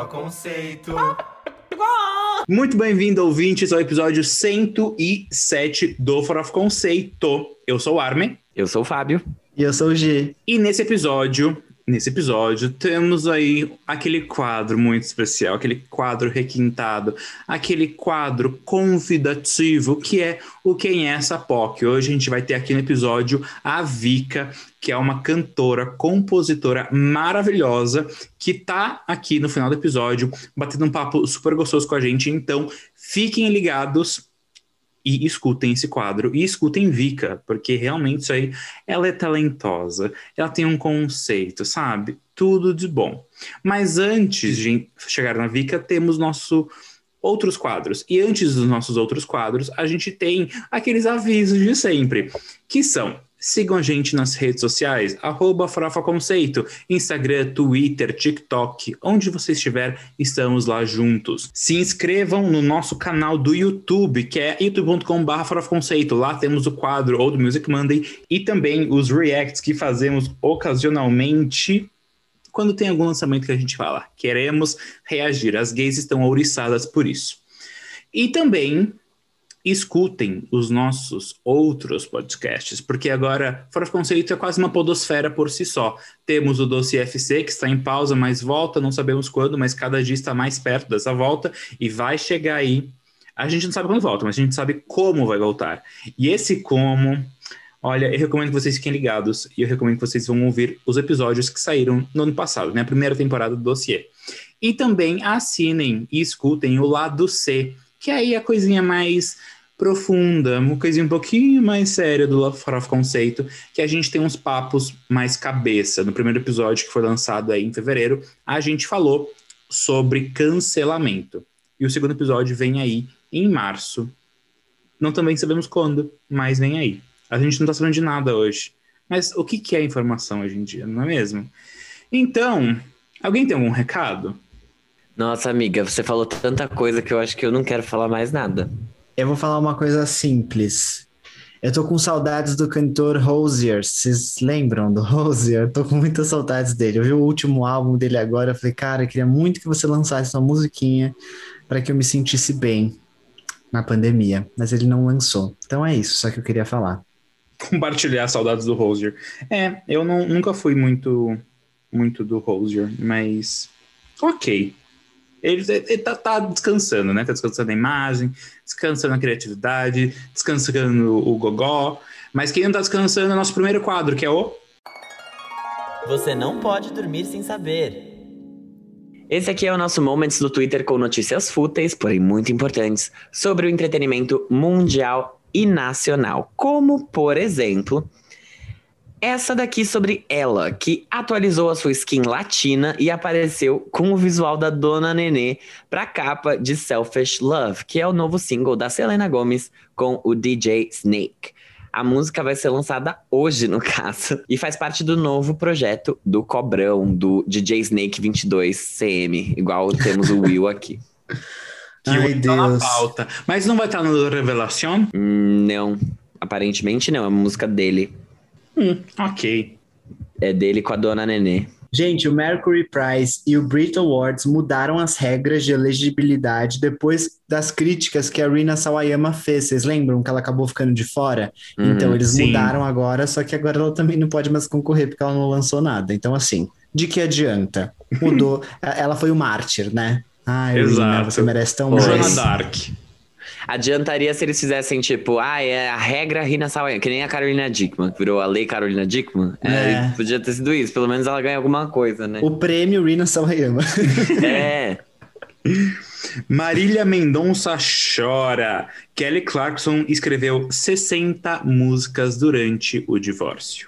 Farofa Conceito. Muito bem-vindo, ouvintes, ao episódio 107 do Farofa Conceito. Eu sou o Armin. Eu sou o Fábio. E eu sou o G. E nesse episódio temos aí aquele quadro muito especial, aquele quadro requintado, aquele quadro convidativo que é o Quem é essa POC? Hoje a gente vai ter aqui no episódio a Vika, que é uma cantora, compositora maravilhosa, que tá aqui no final do episódio batendo um papo super gostoso com a gente. Então fiquem ligados e escutem esse quadro, e escutem Vika, porque realmente isso aí, ela é talentosa, ela tem um conceito, sabe? Tudo de bom. Mas antes de chegar na Vika, temos outros quadros. E antes dos nossos outros quadros, a gente tem aqueles avisos de sempre, que são: sigam a gente nas redes sociais, @farofaconceito, Instagram, Twitter, TikTok, onde você estiver, estamos lá juntos. Se inscrevam no nosso canal do YouTube, que é youtube.com/farofaconceito. Lá temos o quadro Old Music Monday e também os reacts que fazemos ocasionalmente quando tem algum lançamento que a gente fala: queremos reagir, as gays estão ouriçadas por isso. E também escutem os nossos outros podcasts, porque agora Farofa Conceito é quase uma podosfera por si só. Temos o Doce FC, que está em pausa, mas volta, não sabemos quando, mas cada dia está mais perto dessa volta e vai chegar aí. A gente não sabe quando volta, mas a gente sabe como vai voltar. E esse como, olha, eu recomendo que vocês fiquem ligados e eu recomendo que vocês vão ouvir os episódios que saíram no ano passado, né? A primeira temporada do Dossiê. E também assinem e escutem o Lado C, que aí é a coisinha mais profunda, uma coisinha um pouquinho mais séria do Farofa Conceito, que a gente tem uns papos mais cabeça. No primeiro episódio, que foi lançado aí em fevereiro, a gente falou sobre cancelamento. E o segundo episódio vem aí em março. Não também sabemos quando, mas vem aí. A gente não tá sabendo de nada hoje. Mas o que é informação hoje em dia, não é mesmo? Então, alguém tem algum recado? Nossa, amiga, você falou tanta coisa que eu acho que eu não quero falar mais nada. Eu vou falar uma coisa simples. Eu tô com saudades do cantor Hozier. Vocês lembram do Hozier? Eu tô com muitas saudades dele. Eu vi o último álbum dele agora. Eu falei, cara, eu queria muito que você lançasse uma musiquinha para que eu me sentisse bem na pandemia. Mas ele não lançou. Então é isso, só que eu queria falar. Compartilhar saudades do Hozier. Eu nunca fui muito do Hozier, mas ok. Ele tá descansando, né? Tá descansando a imagem, descansando a criatividade, descansando o gogó. Mas quem não tá descansando é o nosso primeiro quadro, que é o... Você não pode dormir sem saber. Esse aqui é o nosso Moments do Twitter com notícias fúteis, porém muito importantes, sobre o entretenimento mundial e nacional. Como, por exemplo, essa daqui sobre ela, que atualizou a sua skin latina e apareceu com o visual da Dona Nenê pra capa de Selfish Love, que é o novo single da Selena Gomez com o DJ Snake. A música vai ser lançada hoje, no caso, e faz parte do novo projeto do Cobrão, do DJ Snake 22CM, igual temos o Will aqui. Ai, Tá na Deus. pauta. Mas não vai estar no Revelación? Não, aparentemente não, é uma música dele. Ok. É dele com a Dona Nenê. Gente, o Mercury Prize e o Brit Awards mudaram as regras de elegibilidade depois das críticas que a Rina Sawayama fez. Vocês lembram que ela acabou ficando de fora? Então eles sim. mudaram agora, só que agora ela também não pode mais concorrer porque ela não lançou nada. Então assim, de que adianta? Mudou. Ela foi o mártir, né? Ai, Exato. Rina, você merece tão Joana mais. Dark. Adiantaria se eles fizessem tipo, é a regra Rina Sawayama, que nem a Carolina Dickmann, que virou a lei Carolina Dickmann. Podia ter sido isso, pelo menos ela ganha alguma coisa, né? O prêmio Rina Sawayama. É. Marília Mendonça chora. Kelly Clarkson escreveu 60 músicas durante o divórcio.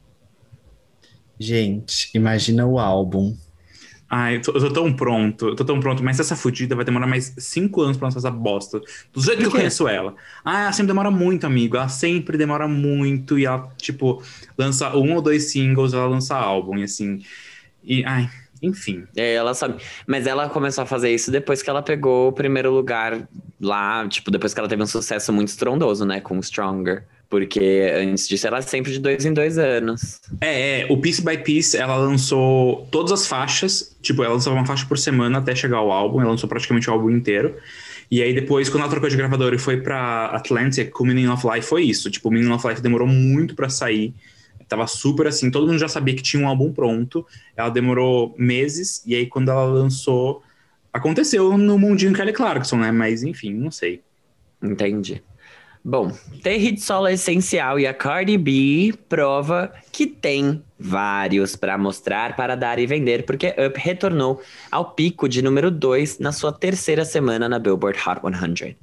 Gente, imagina o álbum. Ai, eu tô tão pronto, mas essa fudida vai demorar mais 5 anos pra lançar essa bosta. Do jeito que eu conheço ela. Ela sempre demora muito, amigo. Ela sempre demora muito e ela, tipo, lança 1 ou 2 singles, ela lança álbum e assim. Enfim. Ela sabe. Mas ela começou a fazer isso depois que ela pegou o primeiro lugar lá, tipo, depois que ela teve um sucesso muito estrondoso, né, com Stronger. Porque antes disso era sempre de 2 em 2 anos. O Piece by Piece, ela lançou todas as faixas, tipo, ela lançava uma faixa por semana até chegar ao álbum, ela lançou praticamente o álbum inteiro. E aí depois, quando ela trocou de gravadora e foi pra Atlantic com o Meaning of Life, foi isso. Tipo, o Meaning of Life demorou muito pra sair, tava super assim, todo mundo já sabia que tinha um álbum pronto, ela demorou meses, e aí quando ela lançou, aconteceu no mundinho Kelly Clarkson, né? Mas enfim, não sei. Entendi. Bom, ter hit solo é essencial e a Cardi B prova que tem vários pra mostrar, para dar e vender, porque Up retornou ao pico de número 2 na sua terceira semana na Billboard Hot 100.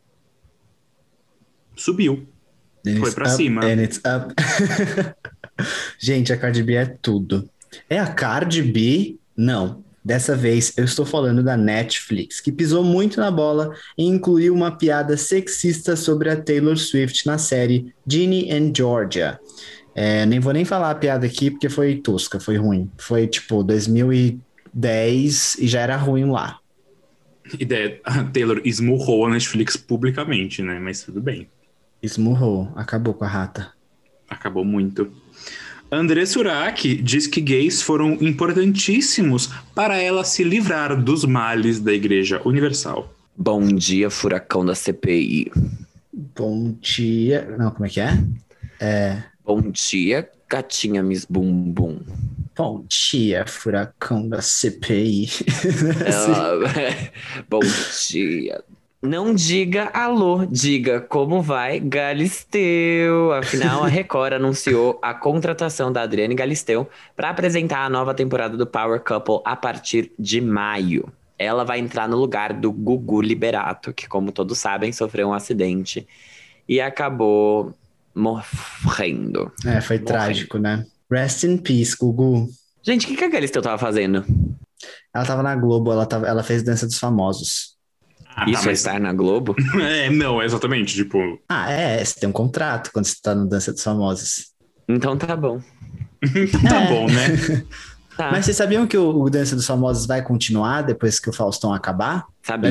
Subiu. Foi pra cima. And it's up. Gente, a Cardi B é tudo. É a Cardi B? Não. Dessa vez eu estou falando da Netflix, que pisou muito na bola e incluiu uma piada sexista sobre a Taylor Swift na série Ginny and Georgia. Nem vou nem falar a piada aqui porque foi tosca, foi ruim. Foi tipo 2010 e já era ruim lá. A Taylor esmurrou a Netflix publicamente, né? Mas tudo bem. Esmurrou, acabou com a rata. Acabou muito. André Surak diz que gays foram importantíssimos para ela se livrar dos males da Igreja Universal. Bom dia, furacão da CPI. Bom dia... Não, como é que é? Bom dia, gatinha Miss Bumbum. Bom dia, furacão da CPI. Bom dia. Não diga alô, diga como vai Galisteu. Afinal, a Record anunciou a contratação da Adriane Galisteu para apresentar a nova temporada do Power Couple a partir de maio. Ela vai entrar no lugar do Gugu Liberato, que, como todos sabem, sofreu um acidente e acabou morrendo. Foi trágico, né? Rest in peace, Gugu. Gente, o que a Galisteu tava fazendo? Ela tava na Globo, ela fez Dança dos Famosos. Isso é estar na Globo? Não, exatamente, tipo... Você tem um contrato quando você tá no Dança dos Famosos. Então tá bom. Tá bom, né? Tá. Mas vocês sabiam que o Dança dos Famosos vai continuar depois que o Faustão acabar? Sabia.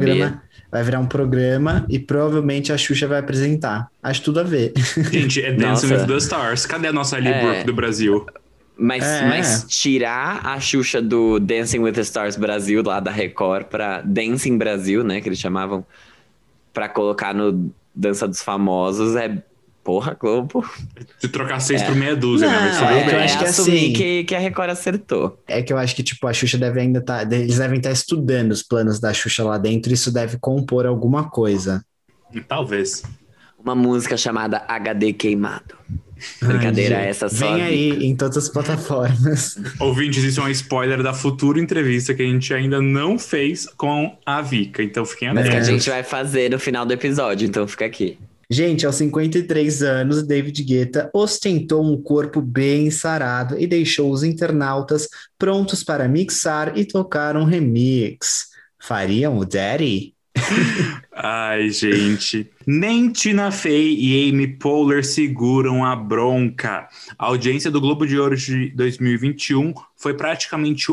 Vai virar um programa e provavelmente a Xuxa vai apresentar. Acho tudo a ver. Gente, é Dancing with the Stars. Cadê a nossa Ali Brooke do Brasil? Mas tirar a Xuxa do Dancing with the Stars Brasil, lá da Record, pra Dancing Brasil, né, que eles chamavam, pra colocar no Dança dos Famosos, porra, Globo. Se trocar 6 por meia dúzia, né? Mas tudo bem. Eu acho que assumir assim, que a Record acertou. É que eu acho que, tipo, a Xuxa deve ainda estar... Eles devem estar estudando os planos da Xuxa lá dentro e isso deve compor alguma coisa. Talvez. Uma música chamada HD Queimado. Brincadeira, essa só. Vem aí em todas as plataformas. Ouvintes, isso é um spoiler da futura entrevista que a gente ainda não fez com a Vika, então fiquem Mas que a atentos. gente vai fazer no final do episódio, então fica aqui. Gente, aos 53 anos, David Guetta ostentou um corpo bem sarado e deixou os internautas prontos para mixar e tocar um remix. Fariam o Daddy? Ai, gente. Nem Tina Fey e Amy Poehler seguram a bronca. A audiência do Globo de Ouro de 2021 foi praticamente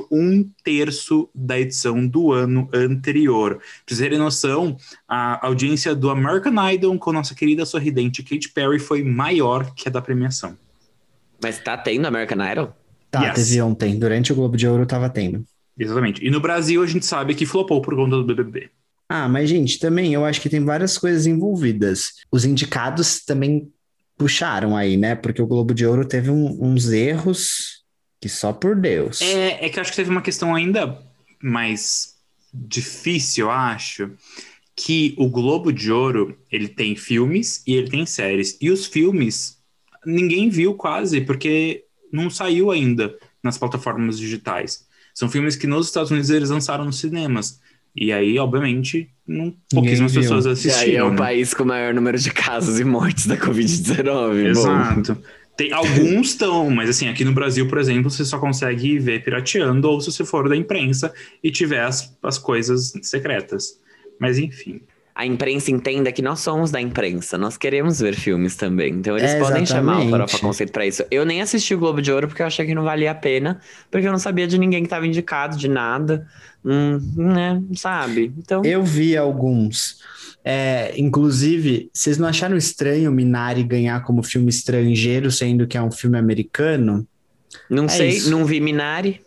1/3 da edição do ano anterior. Pra vocês terem noção, a audiência do American Idol com nossa querida sorridente Katy Perry foi maior que a da premiação. Mas tá tendo American Idol? Tá, teve ontem. Durante o Globo de Ouro tava tendo. Exatamente. E no Brasil a gente sabe que flopou por conta do BBB. Mas, gente, também eu acho que tem várias coisas envolvidas. Os indicados também puxaram aí, né? Porque o Globo de Ouro teve uns erros que só por Deus. É que eu acho que teve uma questão ainda mais difícil, eu acho, que o Globo de Ouro, ele tem filmes e ele tem séries. E os filmes, ninguém viu quase, porque não saiu ainda nas plataformas digitais. São filmes que nos Estados Unidos eles lançaram nos cinemas. E aí, obviamente, pouquíssimas pessoas assistiram. E aí é o né? país com o maior número de casos e mortes da Covid-19. Exato. Tem, alguns estão, mas assim, aqui no Brasil, por exemplo, você só consegue ver pirateando ou se você for da imprensa e tiver as coisas secretas. Mas enfim. a imprensa entenda que nós somos da imprensa. Nós queremos ver filmes também. Então eles É, podem chamar o exatamente. Farofa Conceito pra isso. Eu nem assisti o Globo de Ouro porque eu achei que não valia a pena. Porque eu não sabia de ninguém que tava indicado, de nada. Né, sabe? Então, Eu vi alguns. Inclusive, vocês não acharam estranho Minari ganhar como filme estrangeiro, sendo que é um filme americano? não sei, isso. não vi Minari.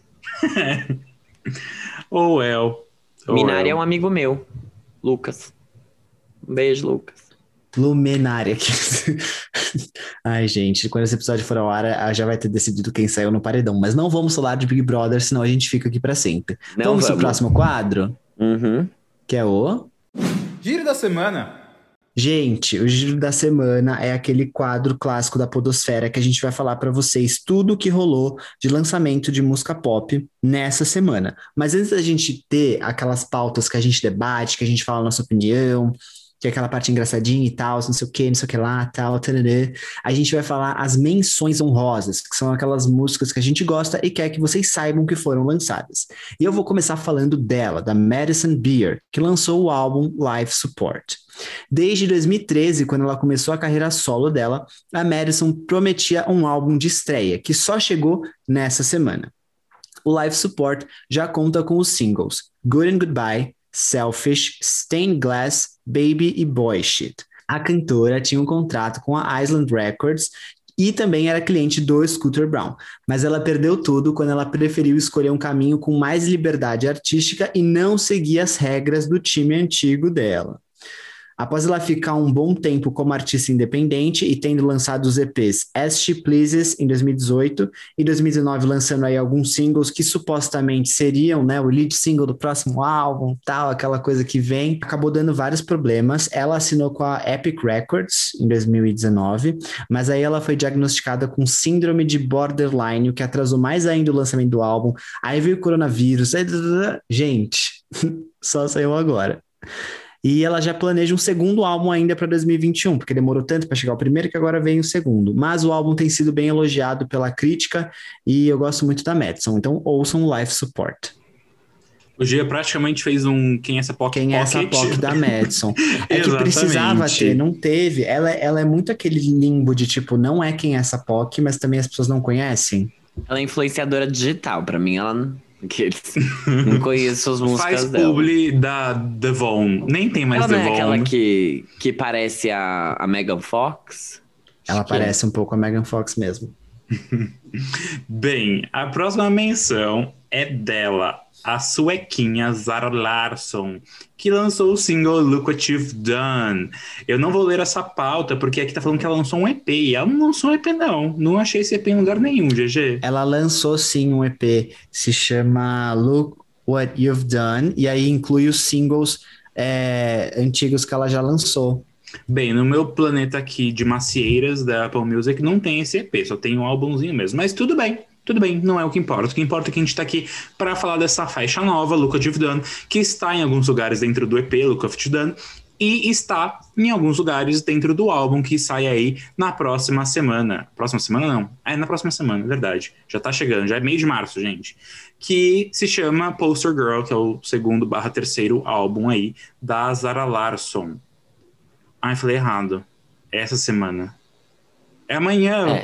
Ou El. Minari é um amigo meu, Lucas. Um beijo, Lucas. Luminária. Ai, gente, quando esse episódio for ao ar, já vai ter decidido quem saiu no paredão. Mas não vamos falar de Big Brother, senão a gente fica aqui pra sempre. Não Vamos pro vamos. próximo quadro, Uhum. que é o... Giro da semana. Gente, o Giro da Semana é aquele quadro clássico da Podosfera que a gente vai falar pra vocês tudo o que rolou de lançamento de música pop nessa semana. Mas antes da gente ter aquelas pautas que a gente debate, que a gente fala a nossa opinião, que é aquela parte engraçadinha e tal, não sei o que lá, tal, tarará, a gente vai falar as menções honrosas, que são aquelas músicas que a gente gosta e quer que vocês saibam que foram lançadas. E eu vou começar falando dela, da Madison Beer, que lançou o álbum Life Support. Desde 2013, quando ela começou a carreira solo dela, a Madison prometia um álbum de estreia, que só chegou nessa semana. O Life Support já conta com os singles Good and Goodbye, Selfish, Stained Glass, Baby e Boy Shit. A cantora tinha um contrato com a Island Records e também era cliente do Scooter Braun, mas ela perdeu tudo quando ela preferiu escolher um caminho com mais liberdade artística e não seguir as regras do time antigo dela. Após ela ficar um bom tempo como artista independente e tendo lançado os EPs As She Pleases em 2018 e 2019 lançando aí alguns singles que supostamente seriam, né, o lead single do próximo álbum, tal, aquela coisa que vem, acabou dando vários problemas. Ela assinou com a Epic Records em 2019, mas aí ela foi diagnosticada com síndrome de borderline, o que atrasou mais ainda o lançamento do álbum. Aí veio o coronavírus. Gente, só saiu agora. E ela já planeja um segundo álbum ainda para 2021, porque demorou tanto para chegar o primeiro que agora vem o segundo. Mas o álbum tem sido bem elogiado pela crítica e eu gosto muito da Madison. Então ouçam o Life Support. O Gia praticamente fez um Quem é essa POC? Quem é essa POC da Madison? É que Exatamente. precisava ter, não teve. Ela é muito aquele limbo de tipo, não é quem é essa POC, mas também as pessoas não conhecem. Ela é influenciadora digital. Pra mim, ela não conheço as músicas Faz dela. publi da Devon. Nem tem mais Ela não Devon. é aquela que parece a Megan Fox? Ela Acho que é. parece um pouco a Megan Fox mesmo. Bem, a próxima menção é dela, a suequinha Zara Larsson, que lançou o single Look What You've Done. Eu não vou ler essa pauta, porque aqui tá falando que ela lançou um EP, e ela não lançou um EP não. Não achei esse EP em lugar nenhum, GG. Ela lançou sim um EP, se chama Look What You've Done, e aí inclui os singles antigos que ela já lançou. Bem, no meu planeta aqui de macieiras da Apple Music não tem esse EP, só tem um álbumzinho mesmo. Mas tudo bem, não é o que importa. O que importa é que a gente tá aqui para falar dessa faixa nova, Look What You've Done, que está em alguns lugares dentro do EP, Look What You've Done, e está em alguns lugares dentro do álbum que sai aí na próxima semana. Próxima semana não, é na próxima semana, verdade. Já tá chegando, já é meio de março, gente. Que se chama Poster Girl, que é o segundo/terceiro álbum aí da Zara Larsson. Ai, falei errado. É essa semana. É amanhã.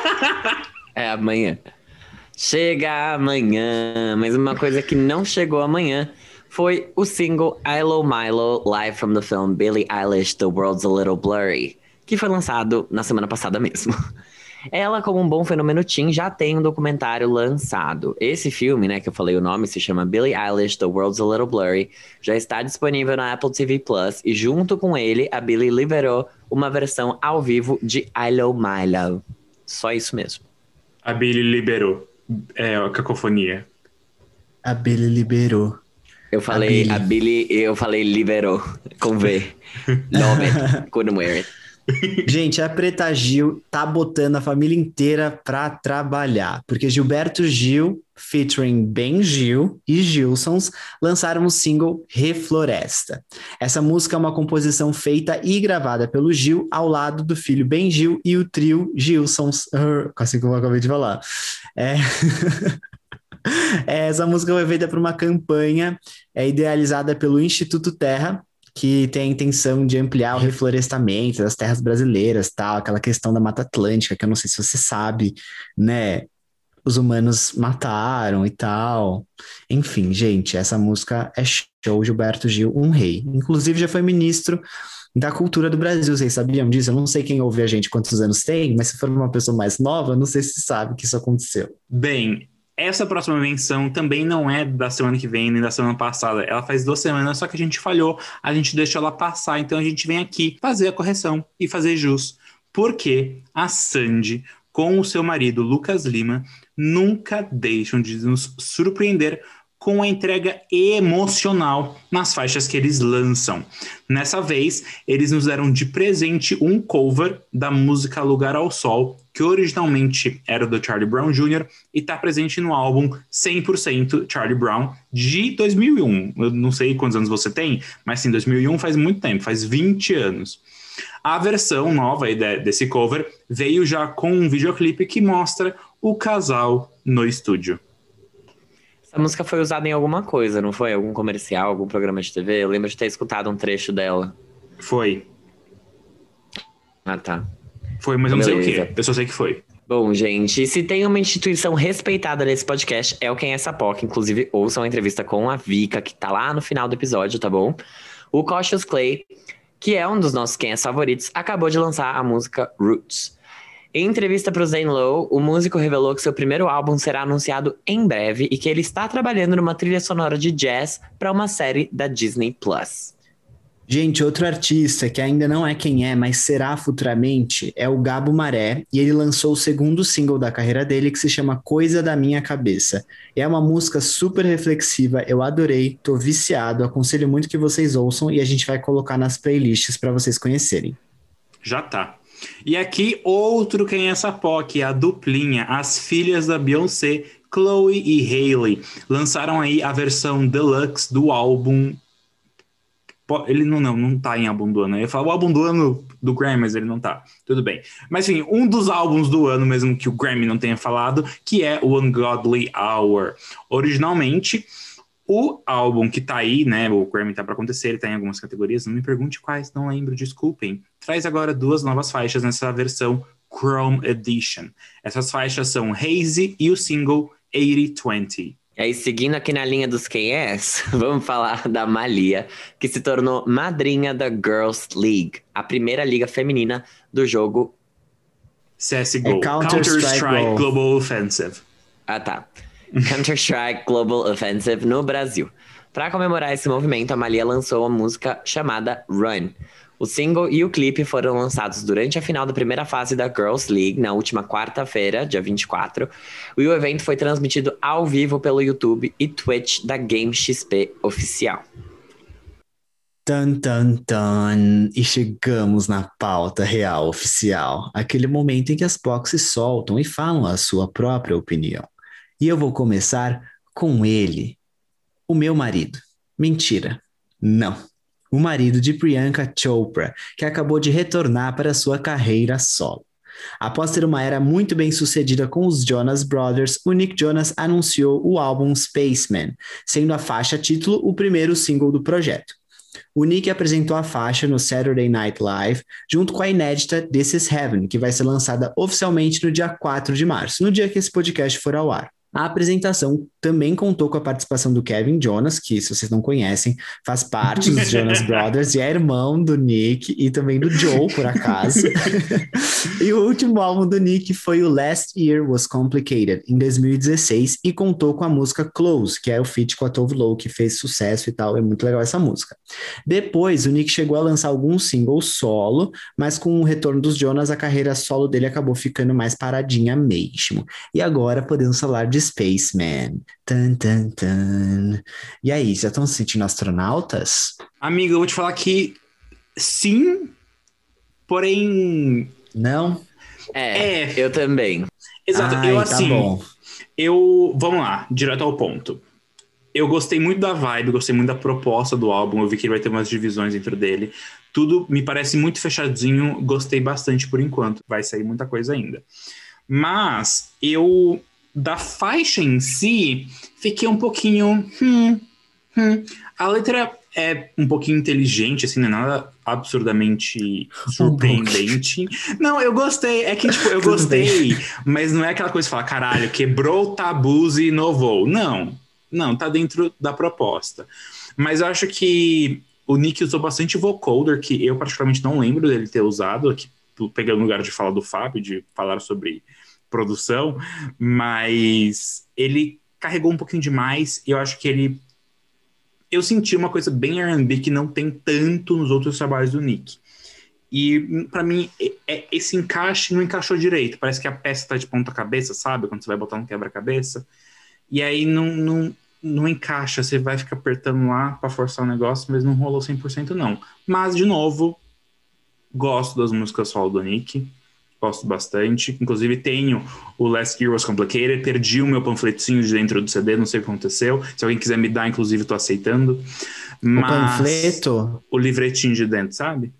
É amanhã. Chega amanhã. Mas uma coisa que não chegou amanhã foi o single Ilo Milo, live from the film Billie Eilish, The World's a Little Blurry, que foi lançado na semana passada mesmo. Ela, como um bom fenômeno teen, já tem um documentário lançado. Esse filme, né, que eu falei o nome, se chama Billie Eilish, The World's a Little Blurry, já está disponível na Apple TV Plus, e junto com ele, a Billie liberou uma versão ao vivo de Ilo Milo. Só isso mesmo. A Billie liberou. É a cacofonia. A Billie liberou. Eu falei eu falei liberou, com V. Love it, couldn't wear it. Gente, a Preta Gil tá botando a família inteira pra trabalhar, porque Gilberto Gil, featuring Ben Gil e Gilsons, lançaram o single Refloresta. Essa música é uma composição feita e gravada pelo Gil ao lado do filho Ben Gil e o trio Gilsons, assim como eu acabei de falar. Essa música foi feita por uma campanha idealizada pelo Instituto Terra, que tem a intenção de ampliar o reflorestamento das terras brasileiras, tal, aquela questão da Mata Atlântica, que eu não sei se você sabe, né? Os humanos mataram e tal. Enfim, gente, essa música é show. Gilberto Gil, um rei. Inclusive, já foi ministro da Cultura do Brasil. Vocês sabiam disso? Eu não sei quem ouve a gente, quantos anos tem, mas se for uma pessoa mais nova, eu não sei se sabe que isso aconteceu. Bem, essa próxima menção também não é da semana que vem, nem da semana passada. Ela faz 2 semanas, só que a gente falhou, a gente deixou ela passar, então a gente vem aqui fazer a correção e fazer jus. Porque a Sandy, com o seu marido Lucas Lima, nunca deixam de nos surpreender com a entrega emocional nas faixas que eles lançam. Nessa vez, eles nos deram de presente um cover da música Lugar ao Sol, que originalmente era do Charlie Brown Jr. e está presente no álbum 100% Charlie Brown de 2001. Eu não sei quantos anos você tem, mas sim, 2001 faz muito tempo, faz 20 anos. A versão nova aí desse cover veio já com um videoclipe que mostra o casal no estúdio. Essa música foi usada em alguma coisa, não foi? Algum comercial, algum programa de TV? Eu lembro de ter escutado um trecho dela. Foi. Ah, tá. Foi, mas eu não sei o Beleza. quê. Eu só sei que foi. Bom, gente, se tem uma instituição respeitada nesse podcast, é o Quem é essa POC. Inclusive, ouçam a entrevista com a Vika, que tá lá no final do episódio, tá bom? O Cautious Clay, que é um dos nossos Quem é favoritos, acabou de lançar a música Roots. Em entrevista para o Zane Lowe, o músico revelou que seu primeiro álbum será anunciado em breve e que ele está trabalhando numa trilha sonora de jazz para uma série da Disney+. Gente, outro artista que ainda não é quem é, mas será futuramente, é o Gabo Maré, e ele lançou o segundo single da carreira dele, que se chama Coisa da Minha Cabeça. É uma música super reflexiva, eu adorei, tô viciado, aconselho muito que vocês ouçam e a gente vai colocar nas playlists para vocês conhecerem. Já tá. E aqui outro Quem é essa POC, a duplinha, as filhas da Beyoncé, Chloe e Hailey, lançaram aí a versão deluxe do álbum. Ele não tá em álbum do ano. Eu ia falar o álbum do ano do Grammy, mas ele não tá. Tudo bem. Mas enfim, um dos álbuns do ano, mesmo que o Grammy não tenha falado, que é o Ungodly Hour. Originalmente, o álbum que tá aí, né? O Grammy tá pra acontecer, ele tá em algumas categorias. Não me pergunte quais, não lembro, desculpem. Traz agora 2 novas faixas nessa versão Chrome Edition. Essas faixas são Hazy e o single 80-20. E aí, seguindo aqui na linha dos quem és, vamos falar da Malia, que se tornou madrinha da Girls League, a primeira liga feminina do jogo CSGO, Counter-Strike Global Offensive. Ah, tá. Counter-Strike Global Offensive no Brasil. Para comemorar esse movimento, a Malia lançou uma música chamada Run. O single e o clipe foram lançados durante a final da primeira fase da Girls League, na última quarta-feira, dia 24. E o evento foi transmitido ao vivo pelo YouTube e Twitch da Game XP Oficial. Tan, tan, tan. E chegamos na pauta real oficial. Aquele momento em que as POCs se soltam e falam a sua própria opinião. E eu vou começar com ele, o meu marido. Mentira, não. O marido de Priyanka Chopra, que acabou de retornar para sua carreira solo. Após ter uma era muito bem sucedida com os Jonas Brothers, o Nick Jonas anunciou o álbum Spaceman, sendo a faixa título o primeiro single do projeto. O Nick apresentou a faixa no Saturday Night Live, junto com a inédita This Is Heaven, que vai ser lançada oficialmente no dia 4 de março, no dia que esse podcast for ao ar. A apresentação também contou com a participação do Kevin Jonas, que, se vocês não conhecem, faz parte dos Jonas Brothers e é irmão do Nick e também do Joe, por acaso. E o último álbum do Nick foi o Last Year Was Complicated, em 2016, e contou com a música Close, que é o feat com a Tove Lo, que fez sucesso e tal, é muito legal essa música. Depois, o Nick chegou a lançar alguns singles solo, mas com o retorno dos Jonas, a carreira solo dele acabou ficando mais paradinha mesmo. E agora podemos falar de Spaceman. Tan, tan, tan. E aí, já estão se sentindo astronautas? Amiga, eu vou te falar que sim, porém... Não? Eu também. Exato, Ai, eu tá assim... bom. Vamos lá, direto ao ponto. Eu gostei muito da vibe, gostei muito da proposta do álbum, eu vi que ele vai ter umas divisões dentro dele. Tudo me parece muito fechadinho, gostei bastante por enquanto. Vai sair muita coisa ainda. Mas da faixa em si, fiquei um pouquinho... A letra é um pouquinho inteligente, assim, não é nada absurdamente surpreendente. Não, eu gostei. É que, tipo, eu gostei, mas não é aquela coisa de falar, caralho, quebrou tabus e inovou. Não, tá dentro da proposta. Mas eu acho que o Nick usou bastante vocoder, que eu particularmente não lembro dele ter usado, aqui, pegando o lugar de fala do Fábio, de falar sobre produção, mas ele carregou um pouquinho demais, e eu acho que eu senti uma coisa bem R&B que não tem tanto nos outros trabalhos do Nick. E pra mim, esse encaixe não encaixou direito. Parece que a peça tá de ponta cabeça, sabe? Quando você vai botar um quebra-cabeça. E aí não encaixa, você vai ficar apertando lá pra forçar o negócio, mas não rolou 100% não. Mas, de novo, gosto das músicas solo do Nick. Gosto bastante. Inclusive, tenho o Last Year Was Complicated. Perdi o meu panfletinho de dentro do CD, não sei o que aconteceu. Se alguém quiser me dar, inclusive, tô aceitando. O panfleto? O livretinho de dentro, sabe?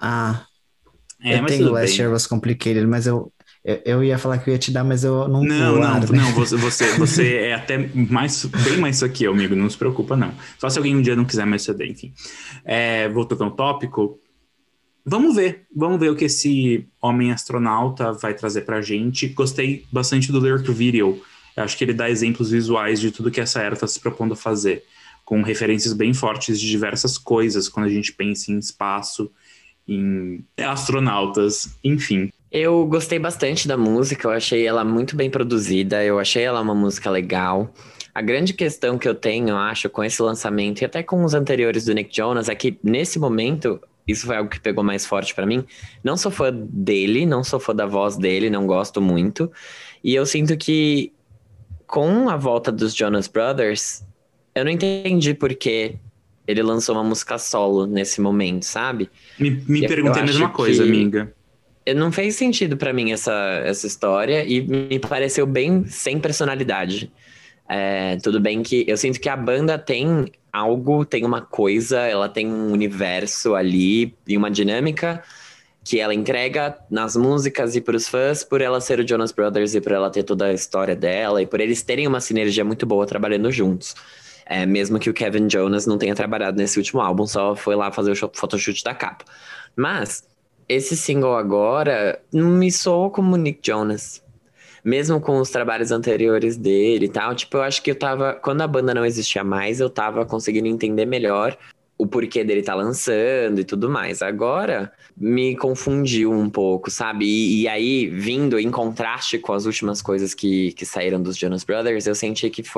Eu mas tenho o tudo Last bem. Year Was Complicated, mas eu ia falar que eu ia te dar, mas eu não Não, né? você é até bem mais isso aqui, amigo. Não se preocupa, não. Só se alguém um dia não quiser mais CD, enfim. Voltando ao tópico, vamos ver o que esse homem astronauta vai trazer pra gente. Gostei bastante do lyric video. Eu acho que ele dá exemplos visuais de tudo que essa era tá se propondo a fazer, com referências bem fortes de diversas coisas, quando a gente pensa em espaço, em astronautas, enfim. Eu gostei bastante da música, eu achei ela muito bem produzida, eu achei ela uma música legal. A grande questão que eu tenho, eu acho, com esse lançamento, e até com os anteriores do Nick Jonas, é que nesse momento, isso foi algo que pegou mais forte pra mim. Não sou fã dele, não sou fã da voz dele, não gosto muito. E eu sinto que com a volta dos Jonas Brothers, eu não entendi por que ele lançou uma música solo nesse momento, sabe? Me perguntei a mesma coisa, amiga. Não fez sentido pra mim essa história e me pareceu bem sem personalidade. Tudo bem que eu sinto que a banda tem algo, tem uma coisa, ela tem um universo ali e uma dinâmica que ela entrega nas músicas e pros fãs, por ela ser o Jonas Brothers e por ela ter toda a história dela e por eles terem uma sinergia muito boa trabalhando juntos. Mesmo que o Kevin Jonas não tenha trabalhado nesse último álbum, só foi lá fazer o photoshoot da capa. Mas esse single agora não me soou como Nick Jonas. Mesmo com os trabalhos anteriores dele e tal, tipo, eu acho que quando a banda não existia mais, eu tava conseguindo entender melhor o porquê dele tá lançando e tudo mais. Agora, me confundiu um pouco, sabe? E aí, vindo em contraste com as últimas coisas que saíram dos Jonas Brothers, eu senti que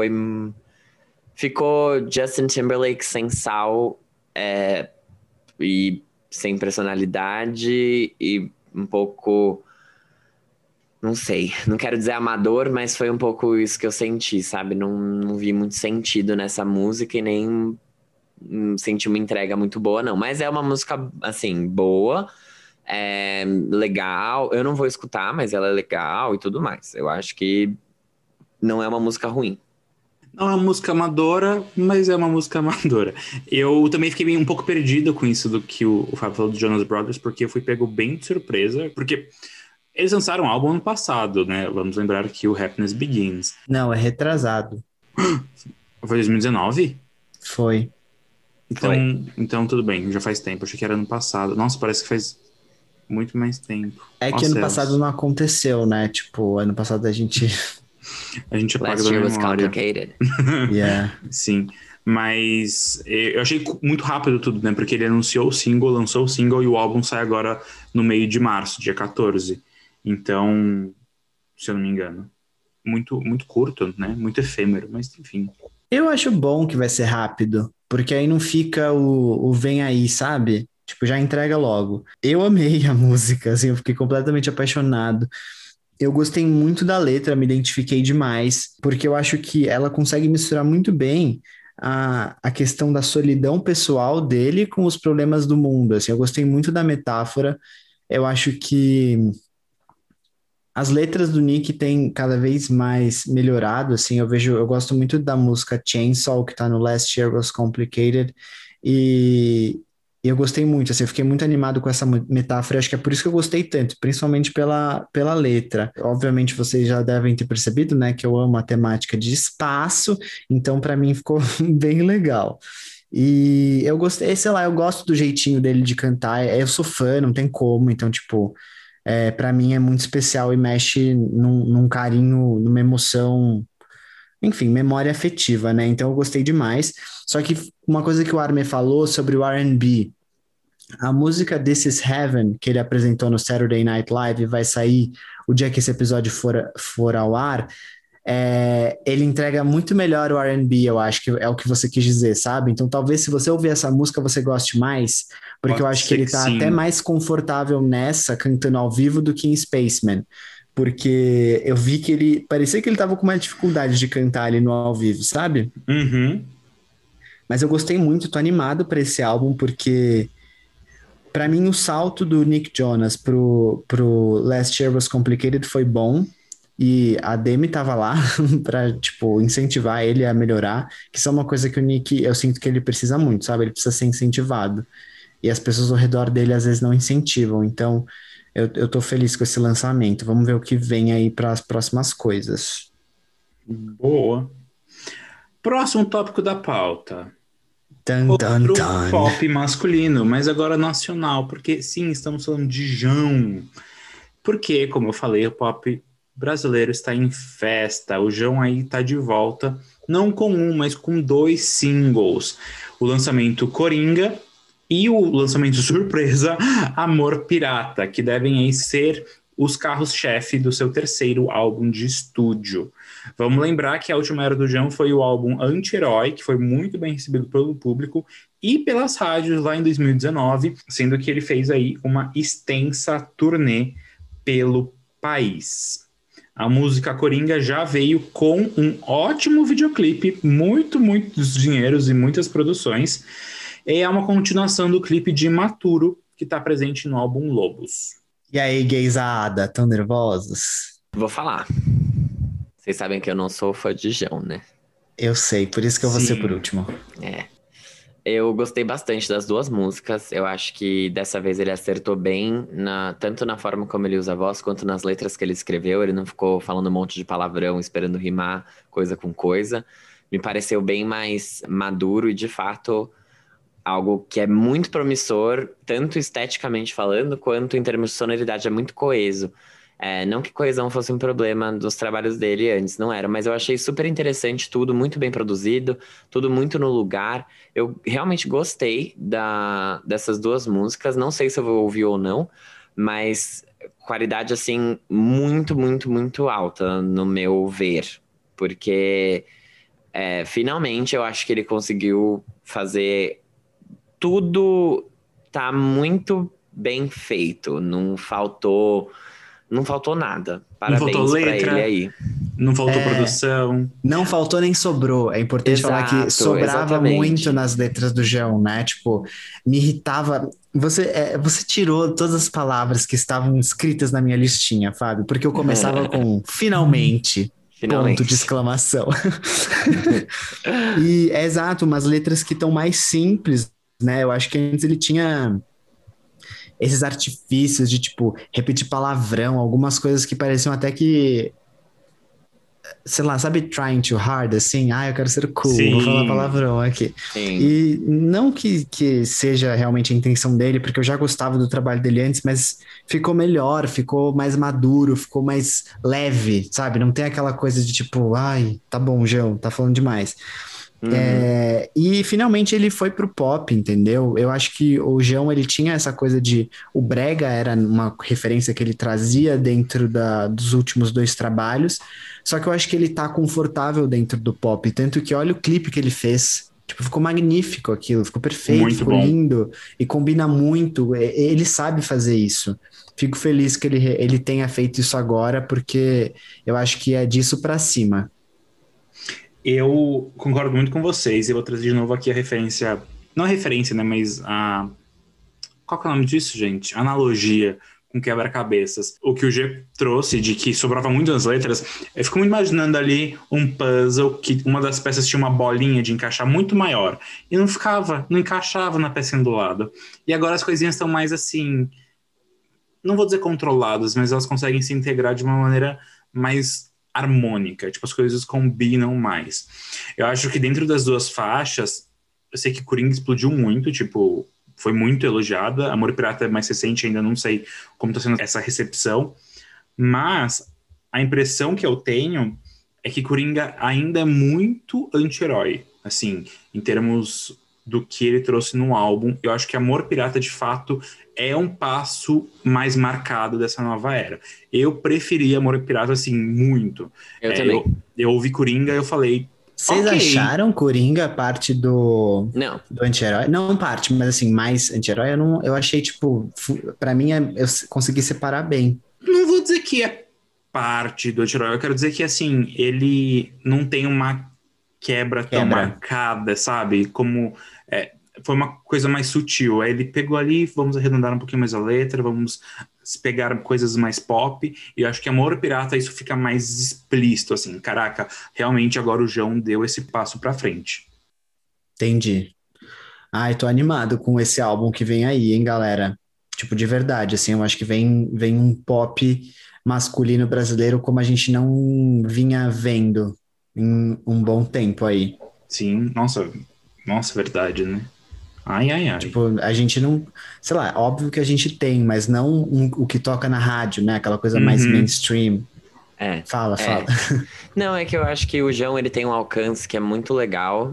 ficou Justin Timberlake sem sal e sem personalidade e um pouco... Não sei, não quero dizer amador, mas foi um pouco isso que eu senti, sabe? Não vi muito sentido nessa música e nem senti uma entrega muito boa, não. Mas é uma música, assim, boa, legal. Eu não vou escutar, mas ela é legal e tudo mais. Eu acho que não é uma música ruim. Não é uma música amadora, mas é uma música amadora. Eu também fiquei um pouco perdido com isso do que o Fábio falou do Jonas Brothers, porque eu fui pego bem de surpresa, porque... Eles lançaram um álbum ano passado, né? Vamos lembrar que o Happiness Begins. Não, é retrasado. Foi 2019? Foi. Então tudo bem, já faz tempo. Achei que era ano passado. Nossa, parece que faz muito mais tempo. É que ano passado não aconteceu, né? Tipo, ano passado a gente apaga da memória. Yeah. Sim. Mas eu achei muito rápido tudo, né? Porque ele anunciou o single, lançou o single e o álbum sai agora no meio de março, dia 14. Então, se eu não me engano, muito, muito curto, né? Muito efêmero, mas enfim. Eu acho bom que vai ser rápido, porque aí não fica o vem aí, sabe? Tipo, já entrega logo. Eu amei a música, assim, eu fiquei completamente apaixonado. Eu gostei muito da letra, me identifiquei demais, porque eu acho que ela consegue misturar muito bem a questão da solidão pessoal dele com os problemas do mundo, assim. Eu gostei muito da metáfora. Eu acho que as letras do Nick têm cada vez mais melhorado, assim, eu gosto muito da música Chainsaw, que tá no Last Year Was Complicated, e eu gostei muito, assim, eu fiquei muito animado com essa metáfora, acho que é por isso que eu gostei tanto, principalmente pela letra. Obviamente vocês já devem ter percebido, né, que eu amo a temática de espaço, então para mim ficou bem legal. E eu gostei, sei lá, eu gosto do jeitinho dele de cantar. Eu sou fã, não tem como. Então, tipo, para mim é muito especial e mexe num carinho, numa emoção, enfim, memória afetiva, né? Então eu gostei demais. Só que uma coisa que o Armin falou sobre o R&B, a música This Is Heaven, que ele apresentou no Saturday Night Live, vai sair o dia que esse episódio for ao ar. Ele entrega muito melhor o R&B, eu acho que é o que você quis dizer, sabe? Então talvez se você ouvir essa música você goste mais, porque eu Pode acho que ser ele que tá sim. até mais confortável nessa, cantando ao vivo, do que em Spaceman. Porque eu vi que ele, parecia que ele tava com uma dificuldade de cantar ali no ao vivo, sabe? Uhum. Mas eu gostei muito, tô animado pra esse álbum, porque pra mim o salto do Nick Jonas pro Last Year Was Complicated foi bom. E a Demi tava lá pra, tipo, incentivar ele a melhorar, que isso é uma coisa que o Nick, eu sinto que ele precisa muito, sabe? Ele precisa ser incentivado. E as pessoas ao redor dele às vezes não incentivam. Então, eu tô feliz com esse lançamento. Vamos ver o que vem aí para as próximas coisas. Boa. Próximo tópico da pauta. Tan, tan, Outro tan. pop masculino, mas agora nacional, porque sim, estamos falando de Jão. Porque, como eu falei, o pop brasileiro está em festa. O Jão aí está de volta, não com um, mas com 2 singles. O lançamento Coringa e o lançamento surpresa Amor Pirata, que devem aí ser os carros-chefe do seu terceiro álbum de estúdio. Vamos lembrar que a última era do Jão foi o álbum Anti-Herói, que foi muito bem recebido pelo público e pelas rádios lá em 2019, sendo que ele fez aí uma extensa turnê pelo país. A música Coringa já veio com um ótimo videoclipe, muitos dinheiros e muitas produções. É uma continuação do clipe de Maturo, que está presente no álbum Lobos. E aí, gaysada, tão nervosos? Vou falar. Vocês sabem que eu não sou fã de Jão, né? Eu sei, por isso que eu vou ser por último. Eu gostei bastante das 2 músicas. Eu acho que dessa vez ele acertou bem, tanto na forma como ele usa a voz, quanto nas letras que ele escreveu. Ele não ficou falando um monte de palavrão, esperando rimar coisa com coisa. Me pareceu bem mais maduro e, de fato, algo que é muito promissor, tanto esteticamente falando, quanto em termos de sonoridade, é muito coeso. Não que coesão fosse um problema dos trabalhos dele antes, não era, mas eu achei super interessante tudo, muito bem produzido, tudo muito no lugar. Eu realmente gostei dessas 2 músicas, não sei se eu vou ouvir ou não, mas qualidade, assim, muito alta, no meu ver, porque finalmente eu acho que ele conseguiu fazer tudo, tá muito bem feito, não faltou nada. Parabéns faltou pra letra, ele aí. Não faltou produção. Não faltou nem sobrou. É importante falar que Exato, sobrava exatamente. muito nas letras do Jão, né? Tipo, me irritava. Você tirou todas as palavras que estavam escritas na minha listinha, Fábio, porque eu começava com finalmente. Finalmente. Ponto de exclamação. E é exato, umas letras que estão mais simples, né? Eu acho que antes ele tinha esses artifícios de, tipo, repetir palavrão, algumas coisas que pareciam até que, sei lá, sabe, trying too hard, assim? Eu quero ser cool, Sim. vou falar palavrão aqui. Sim. E não que seja realmente a intenção dele, porque eu já gostava do trabalho dele antes, mas ficou melhor, ficou mais maduro, ficou mais leve, sabe? Não tem aquela coisa de tipo, tá bom, João, tá falando demais. E finalmente ele foi pro pop, entendeu? Eu acho que o João, ele tinha essa coisa de... O brega era uma referência que ele trazia dentro dos últimos 2 trabalhos, só que eu acho que ele tá confortável dentro do pop, tanto que olha o clipe que ele fez. Tipo, ficou magnífico aquilo, ficou perfeito, Muito ficou bom. lindo e combina muito. Ele sabe fazer isso. Fico feliz que ele tenha feito isso agora, porque eu acho que é disso pra cima. Eu concordo muito com vocês. Eu vou trazer de novo aqui a referência... Não a referência, né? Mas qual que é o nome disso, gente? Analogia com quebra-cabeças. O que o G trouxe de que sobrava muito nas letras, eu fico muito imaginando ali um puzzle que uma das peças tinha uma bolinha de encaixar muito maior. E não encaixava na pecinha do lado. E agora as coisinhas estão mais assim... Não vou dizer controladas, mas elas conseguem se integrar de uma maneira mais harmônica, tipo, as coisas combinam mais. Eu acho que dentro das 2 faixas, eu sei que Coringa explodiu muito, tipo, foi muito elogiada. Amor e Pirata é mais recente, ainda não sei como tá sendo essa recepção. Mas a impressão que eu tenho é que Coringa ainda é muito anti-herói, assim, em termos do que ele trouxe no álbum. Eu acho que Amor Pirata, de fato, é um passo mais marcado dessa nova era. Eu preferi Amor Pirata, assim, muito. Eu também. Eu ouvi Coringa e eu falei, Vocês ok. acharam Coringa parte do Não, anti-herói? Não parte, mas assim, mais anti-herói, eu achei, tipo, pra mim, eu consegui separar bem. Não vou dizer que é parte do anti-herói, eu quero dizer que, assim, ele não tem uma quebra tão marcada, sabe? Como foi uma coisa mais sutil. Aí ele pegou ali, vamos arredondar um pouquinho mais a letra, vamos pegar coisas mais pop, e eu acho que Amor Pirata isso fica mais explícito, assim, caraca, realmente agora o João deu esse passo pra frente. Entendi. Ai, tô animado com esse álbum que vem aí, hein, galera? Tipo, de verdade, assim, eu acho que vem um pop masculino brasileiro como a gente não vinha vendo em um bom tempo aí. Sim, nossa, verdade, né? Ai, ai, ai. Tipo, a gente não, sei lá, óbvio que a gente tem, mas não o que toca na rádio, né? Aquela coisa mais mainstream. Fala. Não, é que eu acho que o João, ele tem um alcance que é muito legal,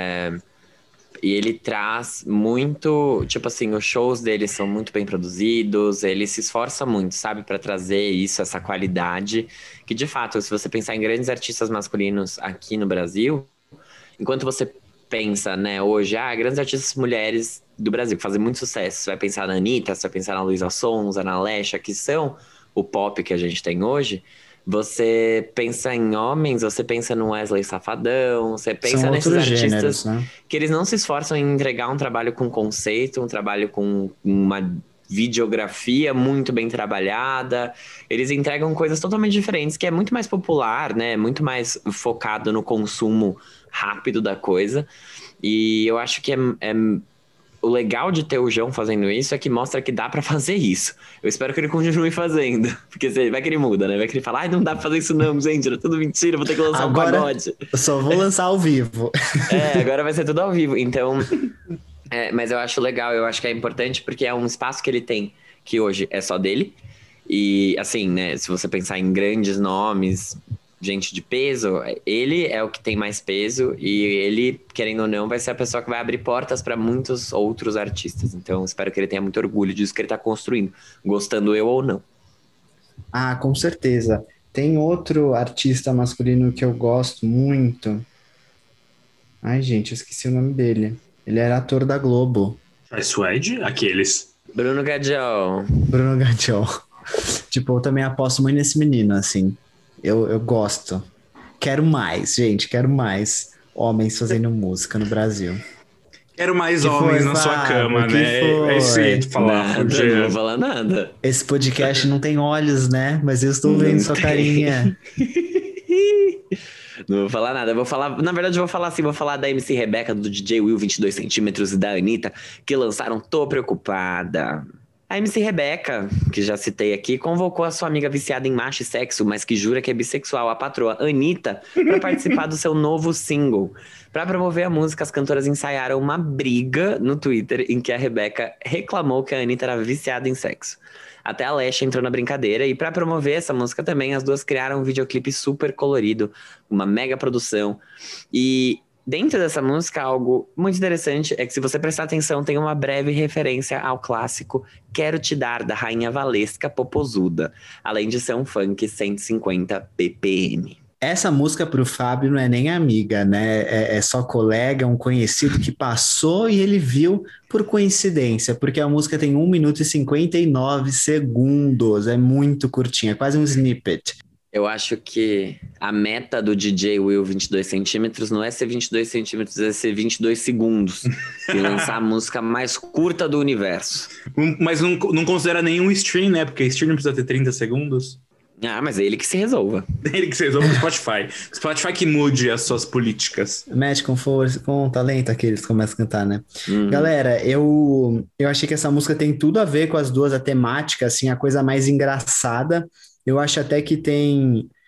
e ele traz muito, tipo assim, os shows dele são muito bem produzidos, ele se esforça muito, sabe, pra trazer isso, essa qualidade, que de fato, se você pensar em grandes artistas masculinos aqui no Brasil, enquanto você pensa, né, hoje, grandes artistas mulheres do Brasil que fazem muito sucesso, você vai pensar na Anitta, você vai pensar na Luísa Sonza, na Alexa, que são o pop que a gente tem hoje. Você pensa em homens, você pensa no Wesley Safadão, você pensa São nesses outros artistas gêneros, né? que eles não se esforçam em entregar um trabalho com conceito, um trabalho com uma videografia muito bem trabalhada. Eles entregam coisas totalmente diferentes, que é muito mais popular, né? Muito mais focado no consumo rápido da coisa. E eu acho que o legal de ter o João fazendo isso é que mostra que dá pra fazer isso. Eu espero que ele continue fazendo. Porque vai que ele muda, né? Vai que ele fala, não dá pra fazer isso não, gente, era tudo mentira, vou ter que lançar Agora, um pagode. Eu só vou lançar ao vivo. Agora vai ser tudo ao vivo. Então, mas eu acho legal, eu acho que é importante porque é um espaço que ele tem, que hoje é só dele. E, assim, né, se você pensar em grandes nomes, gente de peso, ele é o que tem mais peso e ele, querendo ou não, vai ser a pessoa que vai abrir portas para muitos outros artistas. Então, espero que ele tenha muito orgulho disso que ele tá construindo, gostando eu ou não. Com certeza. Tem outro artista masculino que eu gosto muito. Ai, gente, eu esqueci o nome dele. Ele era ator da Globo. Suede? Aqueles. Bruno Gadiol. Tipo, eu também aposto muito nesse menino, assim. Eu gosto. Quero mais, gente, quero mais homens fazendo música no Brasil. Quero mais homens na sua cama, né? É isso aí de falar. Não vou falar nada. Esse podcast não tem olhos, né? Mas eu estou vendo sua carinha. Não vou falar nada, na verdade eu vou falar assim, vou falar da MC Rebeca, do DJ Will 22 centímetros e da Anitta, que lançaram Tô Preocupada. A MC Rebeca, que já citei aqui, convocou a sua amiga viciada em macho e sexo, mas que jura que é bissexual, a patroa Anitta, para participar do seu novo single. Para promover a música, as cantoras ensaiaram uma briga no Twitter em que a Rebeca reclamou que a Anitta era viciada em sexo. Até a Alexa entrou na brincadeira e para promover essa música também, as duas criaram um videoclipe super colorido, uma mega produção. E dentro dessa música, algo muito interessante é que se você prestar atenção, tem uma breve referência ao clássico Quero Te Dar, da Rainha Valesca Popozuda, além de ser um funk 150 BPM. Essa música pro Fábio não é nem amiga, né? É só colega, um conhecido que passou e ele viu por coincidência, porque a música tem 1 minuto e 59 segundos, é muito curtinha, é quase um snippet. Eu acho que a meta do DJ Will 22 centímetros não é ser 22 centímetros, é ser 22 segundos e lançar a música mais curta do universo. Mas não considera nenhum stream, né? Porque stream não precisa ter 30 segundos. Mas é ele que se resolva. Ele que se resolve no Spotify. Spotify que mude as suas políticas. Mete com força, com talento que eles começam a cantar, né? Galera, eu achei que essa música tem tudo a ver com as duas, a temática, assim, a coisa mais engraçada. Eu acho até que tem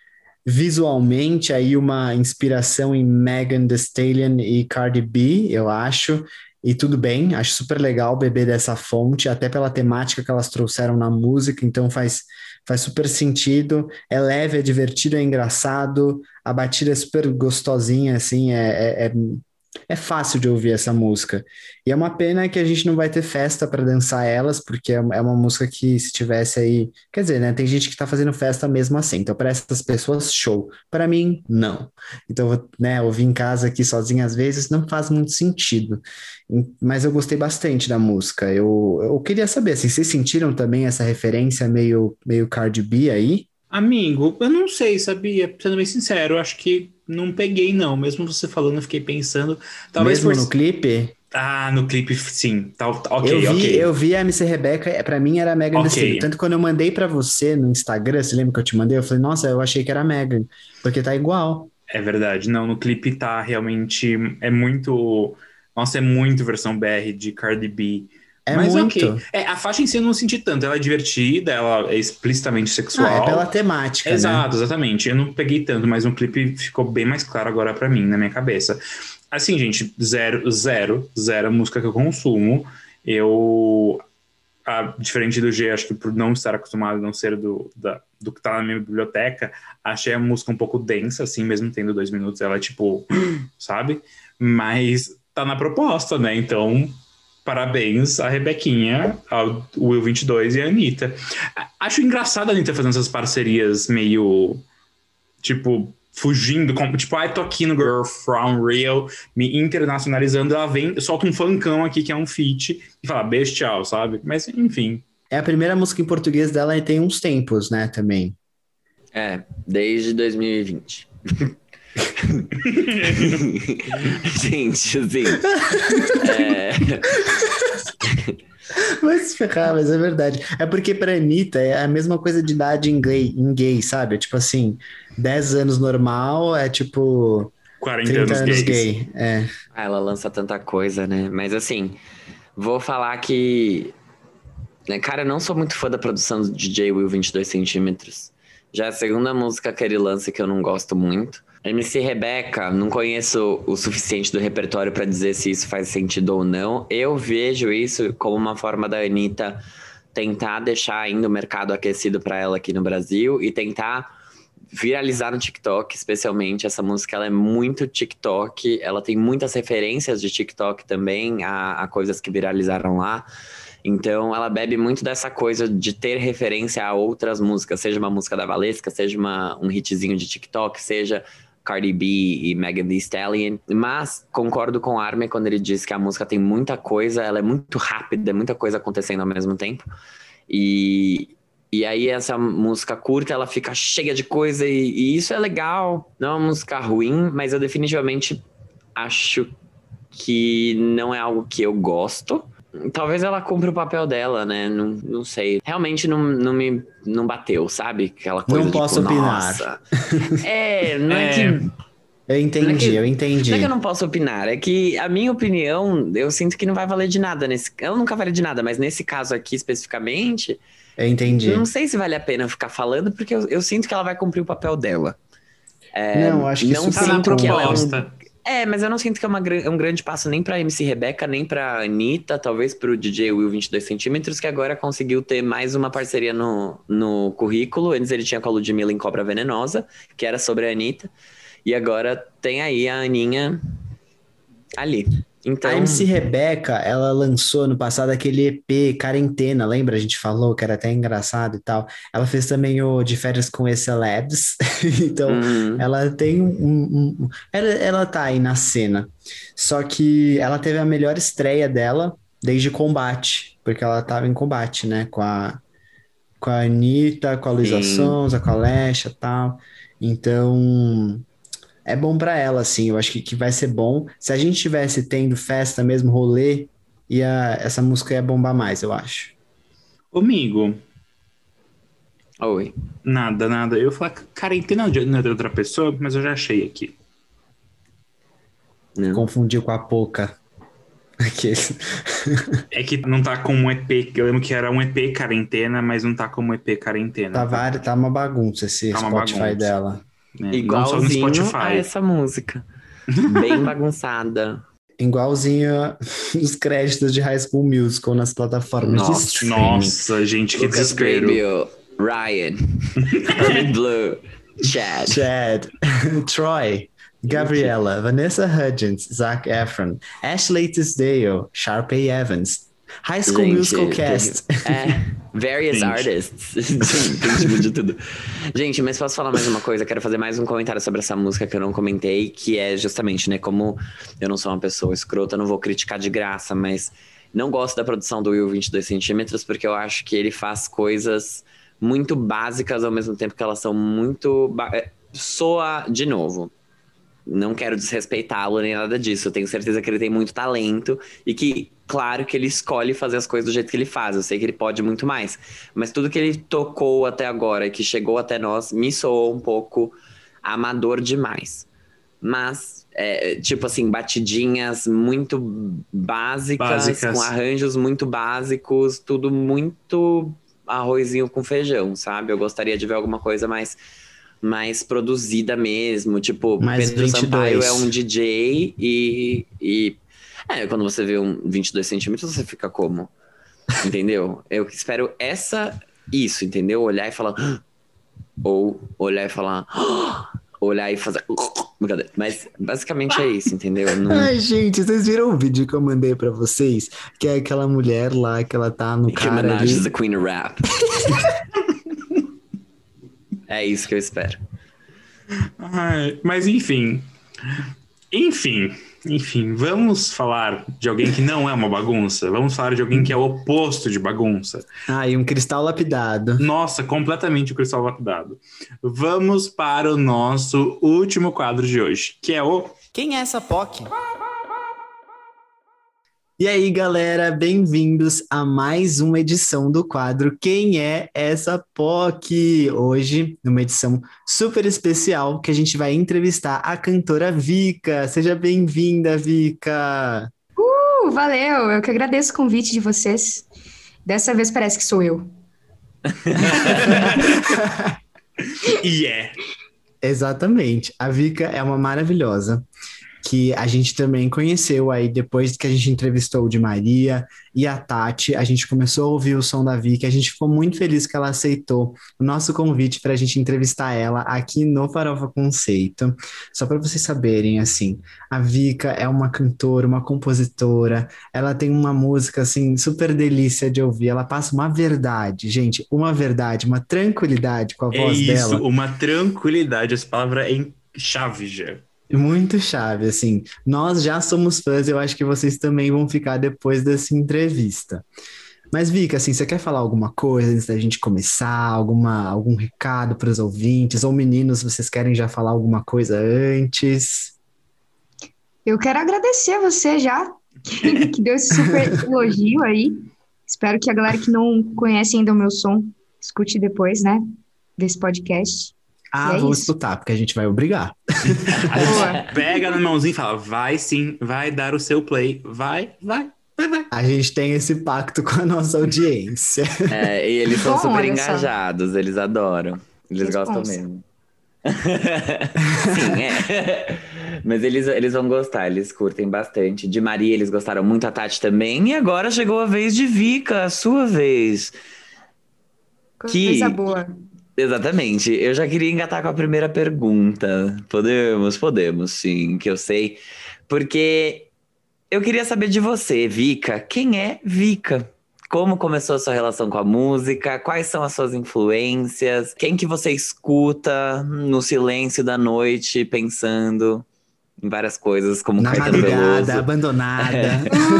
visualmente aí uma inspiração em Megan Thee Stallion e Cardi B, eu acho. E tudo bem, acho super legal beber dessa fonte, até pela temática que elas trouxeram na música, então faz super sentido. É leve, é divertido, é engraçado, a batida é super gostosinha, assim, é fácil de ouvir essa música. E é uma pena que a gente não vai ter festa para dançar elas, porque é uma música que se tivesse aí. Quer dizer, né? Tem gente que tá fazendo festa mesmo assim. Então, para essas pessoas, show. Para mim, não. Então, né, ouvir em casa aqui sozinho às vezes não faz muito sentido. Mas eu gostei bastante da música. Eu queria saber, assim, vocês sentiram também essa referência meio Cardi B aí? Amigo, eu não sei, sabia? Sendo bem sincero, eu acho que não peguei, não. Mesmo você falando, eu fiquei pensando. Talvez Mesmo por... no clipe? Ah, no clipe, sim. Eu vi a MC Rebeca, pra mim era a Megan Thee Stallion. Tanto que quando eu mandei pra você no Instagram, você lembra que eu te mandei? Eu falei, nossa, eu achei que era a Megan, porque tá igual. É verdade. Não, no clipe tá realmente... É muito... Nossa, é muito versão BR de Cardi B. É Mas muito. ok. A faixa em si eu não senti tanto. Ela é divertida, ela é explicitamente sexual. É pela temática, Exato, né? exatamente. Eu não peguei tanto, mas no clipe ficou bem mais claro agora pra mim, na minha cabeça. Assim, gente, zero música que eu consumo. Diferente do G, acho que por não estar acostumado, não ser do que tá na minha biblioteca, achei a música um pouco densa, assim, mesmo tendo 2 minutos, ela é tipo, sabe? Mas tá na proposta, né? Então, parabéns a Rebequinha, ao Will 22 e a Anitta. Acho engraçado a Anitta fazendo essas parcerias meio, tipo, fugindo, tipo, tô aqui no Girl From Real, me internacionalizando, ela vem, solta um funkão aqui que é um feat, e fala, beijo, tchau, sabe? Mas, enfim. É a primeira música em português dela e tem uns tempos, né, também. Desde 2020. Gente, assim. Vai se ferrar, mas é verdade. É porque pra Anitta é a mesma coisa de idade em gay, sabe? É tipo assim, 10 anos normal é tipo 40 anos gay. É. Ela lança tanta coisa, né? Mas assim, vou falar que... Né, cara, eu não sou muito fã da produção do DJ Will 22 centímetros. Já é a segunda música que ele lança que eu não gosto muito. MC Rebeca, não conheço o suficiente do repertório pra dizer se isso faz sentido ou não. Eu vejo isso como uma forma da Anitta tentar deixar ainda o mercado aquecido pra ela aqui no Brasil e tentar viralizar no TikTok, especialmente. Essa música, ela é muito TikTok, ela tem muitas referências de TikTok também, a coisas que viralizaram lá. Então, ela bebe muito dessa coisa de ter referência a outras músicas, seja uma música da Valesca, seja um hitzinho de TikTok, seja Cardi B e Megan Thee Stallion. Mas concordo com o Armin quando ele diz que a música tem muita coisa, ela é muito rápida, muita coisa acontecendo ao mesmo tempo. E aí essa música curta, ela fica cheia de coisa e isso é legal. Não é uma música ruim, mas eu definitivamente acho que não é algo que eu gosto. Talvez ela cumpra o papel dela, né? Não sei. Realmente não bateu, sabe? Aquela coisa não posso tipo, opinar. Nossa. Não é que... Eu entendi. Não é que eu não posso opinar, é que a minha opinião, eu sinto que não vai valer de nada. Ela nunca vale de nada, mas nesse caso aqui especificamente... Eu entendi. Não sei se vale a pena ficar falando, porque eu sinto que ela vai cumprir o papel dela. Não, acho que não isso tá sinto na que ela proposta. mas eu não sinto que é um grande passo nem pra MC Rebeca, nem pra Anitta, talvez pro DJ Will 22 centímetros, que agora conseguiu ter mais uma parceria no currículo. Antes ele tinha com a Ludmilla em Cobra Venenosa, que era sobre a Anitta. E agora tem aí a Aninha ali. Então... A MC Rebeca, ela lançou no passado aquele EP Quarentena, lembra? A gente falou que era até engraçado e tal. Ela fez também o De Férias com Celebs. Então, ela tem ela tá aí na cena. Só que ela teve a melhor estreia dela desde Combate, porque ela tava em Combate, né? Com a Anitta, com a Luísa Sonza, com a Lesha e tal. Então... é bom pra ela, assim, eu acho que vai ser bom. Se a gente tivesse tendo festa mesmo, rolê, essa música ia bombar mais, eu acho. Amigo. Oi. Nada. Eu ia falar quarentena não é de outra pessoa, mas eu já achei aqui. Não. Confundiu com a Poca. É que não tá como um EP, eu lembro que era um EP quarentena, mas não tá como EP quarentena. Tá uma bagunça esse Spotify dela. né? Não só no Igualzinho a Spotify. essa música. Bem bagunçada. Igualzinho os créditos de High School Musical nas plataformas de Nossa, streaming. Nossa, gente, que Lucas desespero. Grabeel, Ryan, Corbin Blue, Chad. Chad, Troy, Gabriella, Vanessa Hudgens, Zac Efron, Ashley Tisdale, Sharpay Evans, High School Gente, Musical Cast. Various Gente. artists. Tem tipo de tudo. Gente, mas posso falar mais uma coisa? Quero fazer mais um comentário sobre essa música que eu não comentei, que é justamente, né, como eu não sou uma pessoa escrota, não vou criticar de graça, mas não gosto da produção do Will 22 centímetros, porque eu acho que ele faz coisas muito básicas ao mesmo tempo que elas são muito... Soa, de novo, não quero desrespeitá-lo nem nada disso. Eu tenho certeza que ele tem muito talento e que, claro, que ele escolhe fazer as coisas do jeito que ele faz. Eu sei que ele pode muito mais. Mas tudo que ele tocou até agora, que chegou até nós, me soou um pouco amador demais. Mas, tipo assim, batidinhas muito básicas, com arranjos muito básicos, tudo muito arrozinho com feijão, sabe? Eu gostaria de ver alguma coisa mais produzida mesmo, tipo, Mais Pedro 22. Sampaio é um DJ e quando você vê um 22 centímetros, você fica como? Entendeu? Eu espero isso, entendeu? Olhar e falar... Ou olhar e falar... Olhar e fazer... Brincadeira. Mas basicamente é isso, entendeu? Não... Ai, gente, vocês viram o vídeo que eu mandei pra vocês? Que é aquela mulher lá, que ela tá no Nicki cara Minaj ali. is the queen of rap. É isso que eu espero. Ai, mas enfim, vamos falar de alguém que não é uma bagunça. Vamos falar de alguém que é o oposto de bagunça. Ah, e um cristal lapidado. Nossa, completamente o cristal lapidado. Vamos para o nosso último quadro de hoje, que é o... Quem é essa POC? E aí, galera, bem-vindos a mais uma edição do quadro Quem é essa POC? Hoje, numa edição super especial, que a gente vai entrevistar a cantora Vika. Seja bem-vinda, Vika! Valeu, eu que agradeço o convite de vocês. Dessa vez parece que sou eu. E é. Exatamente. A Vika é uma maravilhosa, que a gente também conheceu aí depois que a gente entrevistou o Di Maria e a Tati. A gente começou a ouvir o som da Vika, a gente ficou muito feliz que ela aceitou o nosso convite para a gente entrevistar ela aqui no Farofa Conceito. Só para vocês saberem, assim, a Vika é uma cantora, uma compositora, ela tem uma música, assim, super delícia de ouvir, ela passa uma verdade, gente, uma verdade, uma tranquilidade com a voz isso, dela. uma tranquilidade, essa palavra é chave já. Muito chave, assim. Nós já somos fãs, eu acho que vocês também vão ficar depois dessa entrevista. Mas, Vika, assim, você quer falar alguma coisa antes da gente começar? Algum recado para os ouvintes? Ou meninos, vocês querem já falar alguma coisa antes? Eu quero agradecer a você já, que deu esse super elogio aí. Espero que a galera que não conhece ainda o meu som escute depois, né, desse podcast. Ah, é vou isso. escutar, porque a gente vai obrigar. A gente pega na mãozinha e fala, vai sim, vai dar o seu play, vai. A gente tem esse pacto com a nossa audiência. E eles são Bom, super olha só. engajados, eles adoram. Eles gostam Responsa. mesmo. Sim, Mas eles vão gostar, eles curtem bastante. De Maria, eles gostaram muito, a Tati também. E agora chegou a vez de Vika, a sua vez. Coisa boa. Exatamente. Eu já queria engatar com a primeira pergunta. Podemos, sim, que eu sei. Porque eu queria saber de você, Vika. Quem é Vika? Como começou a sua relação com a música? Quais são as suas influências? Quem que você escuta no silêncio da noite, pensando em várias coisas, como Na Caetano madrugada, Veloso? abandonada.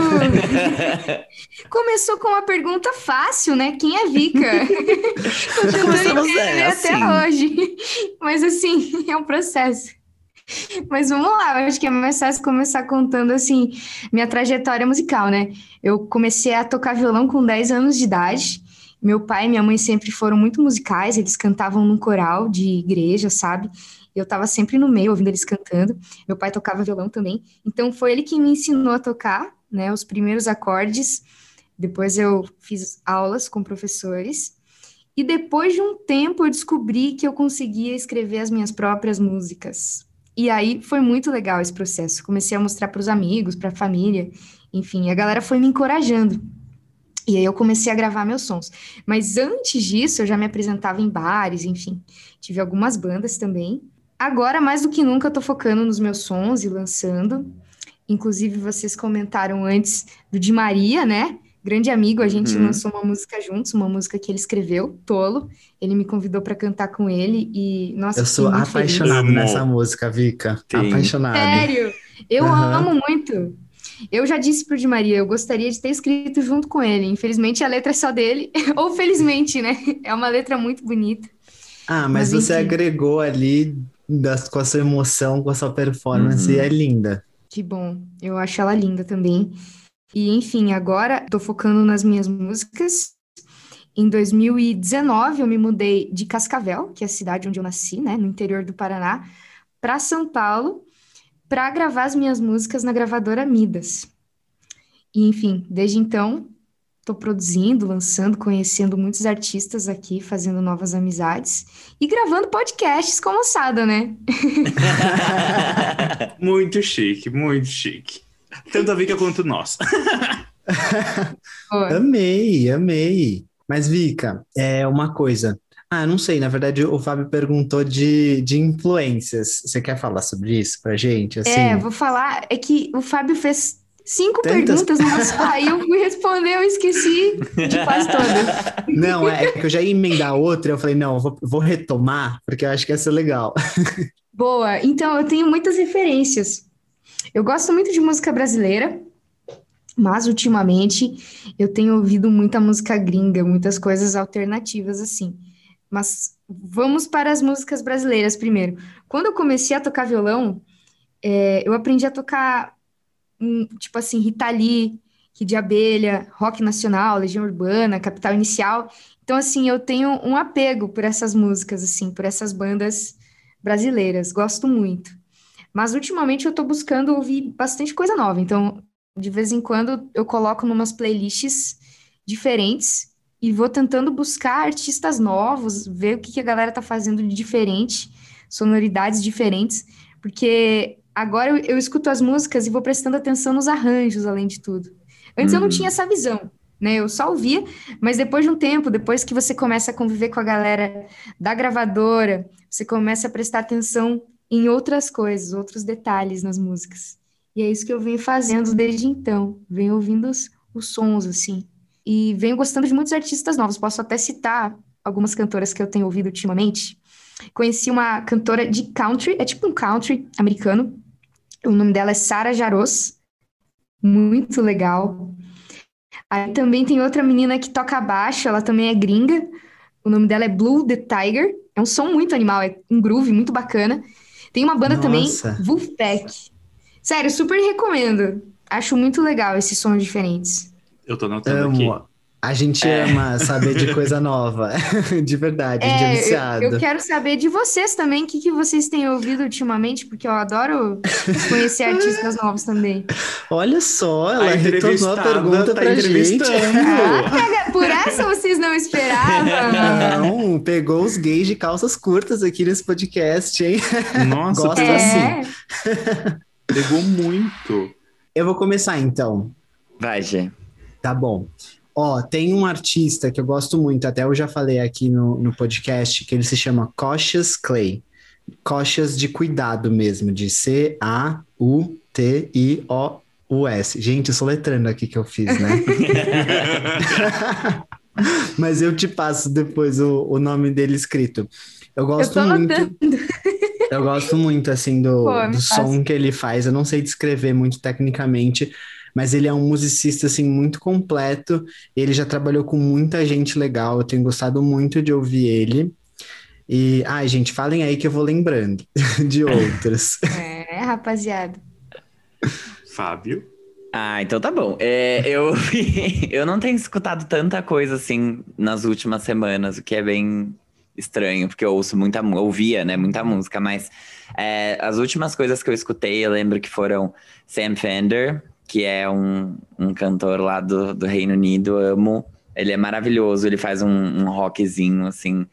Começou com uma pergunta fácil, né? Quem é Vika? Eu tô Começamos entendendo assim. até hoje. Mas assim, é um processo. Mas vamos lá, eu acho que é mais fácil começar contando, assim, minha trajetória musical, né? Eu comecei a tocar violão com 10 anos de idade. Meu pai e minha mãe sempre foram muito musicais, eles cantavam num coral de igreja, sabe? Eu tava sempre no meio, ouvindo eles cantando. Meu pai tocava violão também. Então, foi ele que me ensinou a tocar, né? Os primeiros acordes. Depois eu fiz aulas com professores. E depois de um tempo eu descobri que eu conseguia escrever as minhas próprias músicas. E aí foi muito legal esse processo. Comecei a mostrar para os amigos, para a família, enfim, a galera foi me encorajando. E aí eu comecei a gravar meus sons. Mas antes disso, eu já me apresentava em bares, enfim. Tive algumas bandas também. Agora, mais do que nunca, eu tô focando nos meus sons e lançando. Inclusive, vocês comentaram antes do Di Maria, né? Grande amigo, a gente lançou uma música juntos, uma música que ele escreveu, Tolo. Ele me convidou para cantar com ele e, nossa, Eu fiquei sou muito feliz. apaixonado Amo. nessa música, Vika. Sim. Apaixonado. Sério, eu Aham. amo muito. Eu já disse pro Di Maria, eu gostaria de ter escrito junto com ele. Infelizmente, a letra é só dele. Ou felizmente, né? É uma letra muito bonita. Ah, mas Mas, você enfim. agregou ali com a sua emoção, com a sua performance, e é linda. Que bom. Eu acho ela linda também. E, enfim, agora tô focando nas minhas músicas. Em 2019, eu me mudei de Cascavel, que é a cidade onde eu nasci, né? No interior do Paraná, para São Paulo, para gravar as minhas músicas na gravadora Midas. E, enfim, desde então, estou produzindo, lançando, conhecendo muitos artistas aqui, fazendo novas amizades e gravando podcasts com a moçada, né? Muito chique, muito chique. Tanto a Vika quanto nós. Pô, Amei, amei. Mas, Vika, é uma coisa. Ah, não sei, na verdade o Fábio perguntou de influências. Você quer falar sobre isso pra gente? Assim, vou falar, é que o Fábio fez 5 Tantas- perguntas numa só, aí eu fui responder, eu esqueci de quase todas. não, é que eu já ia emendar outra, eu falei, não, eu vou retomar, porque eu acho que ia ser legal. Boa, então eu tenho muitas referências. Eu gosto muito de música brasileira, mas ultimamente eu tenho ouvido muita música gringa, muitas coisas alternativas assim. Mas vamos para as músicas brasileiras primeiro. Quando eu comecei a tocar violão, eu aprendi a tocar, tipo assim, Rita Lee, Kid de Abelha, Rock Nacional, Legião Urbana, Capital Inicial. Então, assim, eu tenho um apego por essas músicas, assim, por essas bandas brasileiras. Gosto muito. Mas ultimamente eu tô buscando ouvir bastante coisa nova. Então, de vez em quando eu coloco numas playlists diferentes e vou tentando buscar artistas novos, ver o que a galera tá fazendo de diferente, sonoridades diferentes, porque agora eu escuto as músicas e vou prestando atenção nos arranjos, além de tudo. Antes eu não tinha essa visão, né? Eu só ouvia, mas depois de um tempo, depois que você começa a conviver com a galera da gravadora, você começa a prestar atenção em outras coisas, outros detalhes nas músicas. E é isso que eu venho fazendo desde então. Venho ouvindo os sons, assim. E venho gostando de muitos artistas novos. Posso até citar algumas cantoras que eu tenho ouvido ultimamente. Conheci uma cantora de country, é tipo um country americano. O nome dela é Sarah Jarosz. Muito legal. Aí também tem outra menina que toca baixo, ela também é gringa. O nome dela é Blue the Tiger. É um som muito animal, é um groove muito bacana. Tem uma banda também, Nossa. Wolfpack. Sério, super recomendo. Acho muito legal esses sons diferentes. Eu tô anotando aqui. Amo. A gente ama saber de coisa nova. De verdade, a gente é viciado. Eu quero saber de vocês também, o que vocês têm ouvido ultimamente, porque eu adoro conhecer artistas novos também. Olha só, ela A retornou a entrevistada pergunta tá pra gente. entrevistando. Por essa vocês não esperavam? Não, pegou os gays de calças curtas aqui nesse podcast, hein? Nossa, Gosto pegou, assim. pegou muito. Eu vou começar então. Vai, Gê. Tá bom. Ó, tem um artista que eu gosto muito, até eu já falei aqui no podcast, que ele se chama Cautious Clay. Cautious de cuidado mesmo, de C-A-U-T-I-O-U-S. Gente, eu sou letrando aqui que eu fiz, né? Mas eu te passo depois o nome dele escrito. Eu gosto tô muito. anotando. Eu gosto muito, assim, Pô, me do som passa. que ele faz. Eu não sei descrever muito tecnicamente, mas ele é um musicista, assim, muito completo. Ele já trabalhou com muita gente legal. Eu tenho gostado muito de ouvir ele. E, ai, gente, falem aí que eu vou lembrando de outros. Rapaziada. Fábio. Ah, então tá bom. Eu não tenho escutado tanta coisa assim nas últimas semanas, o que é bem estranho, porque eu ouço ouvia, né, muita música, mas as últimas coisas que eu escutei, eu lembro que foram Sam Fender, que é um cantor lá do Reino Unido, amo. Ele é maravilhoso, ele faz um rockzinho, assim,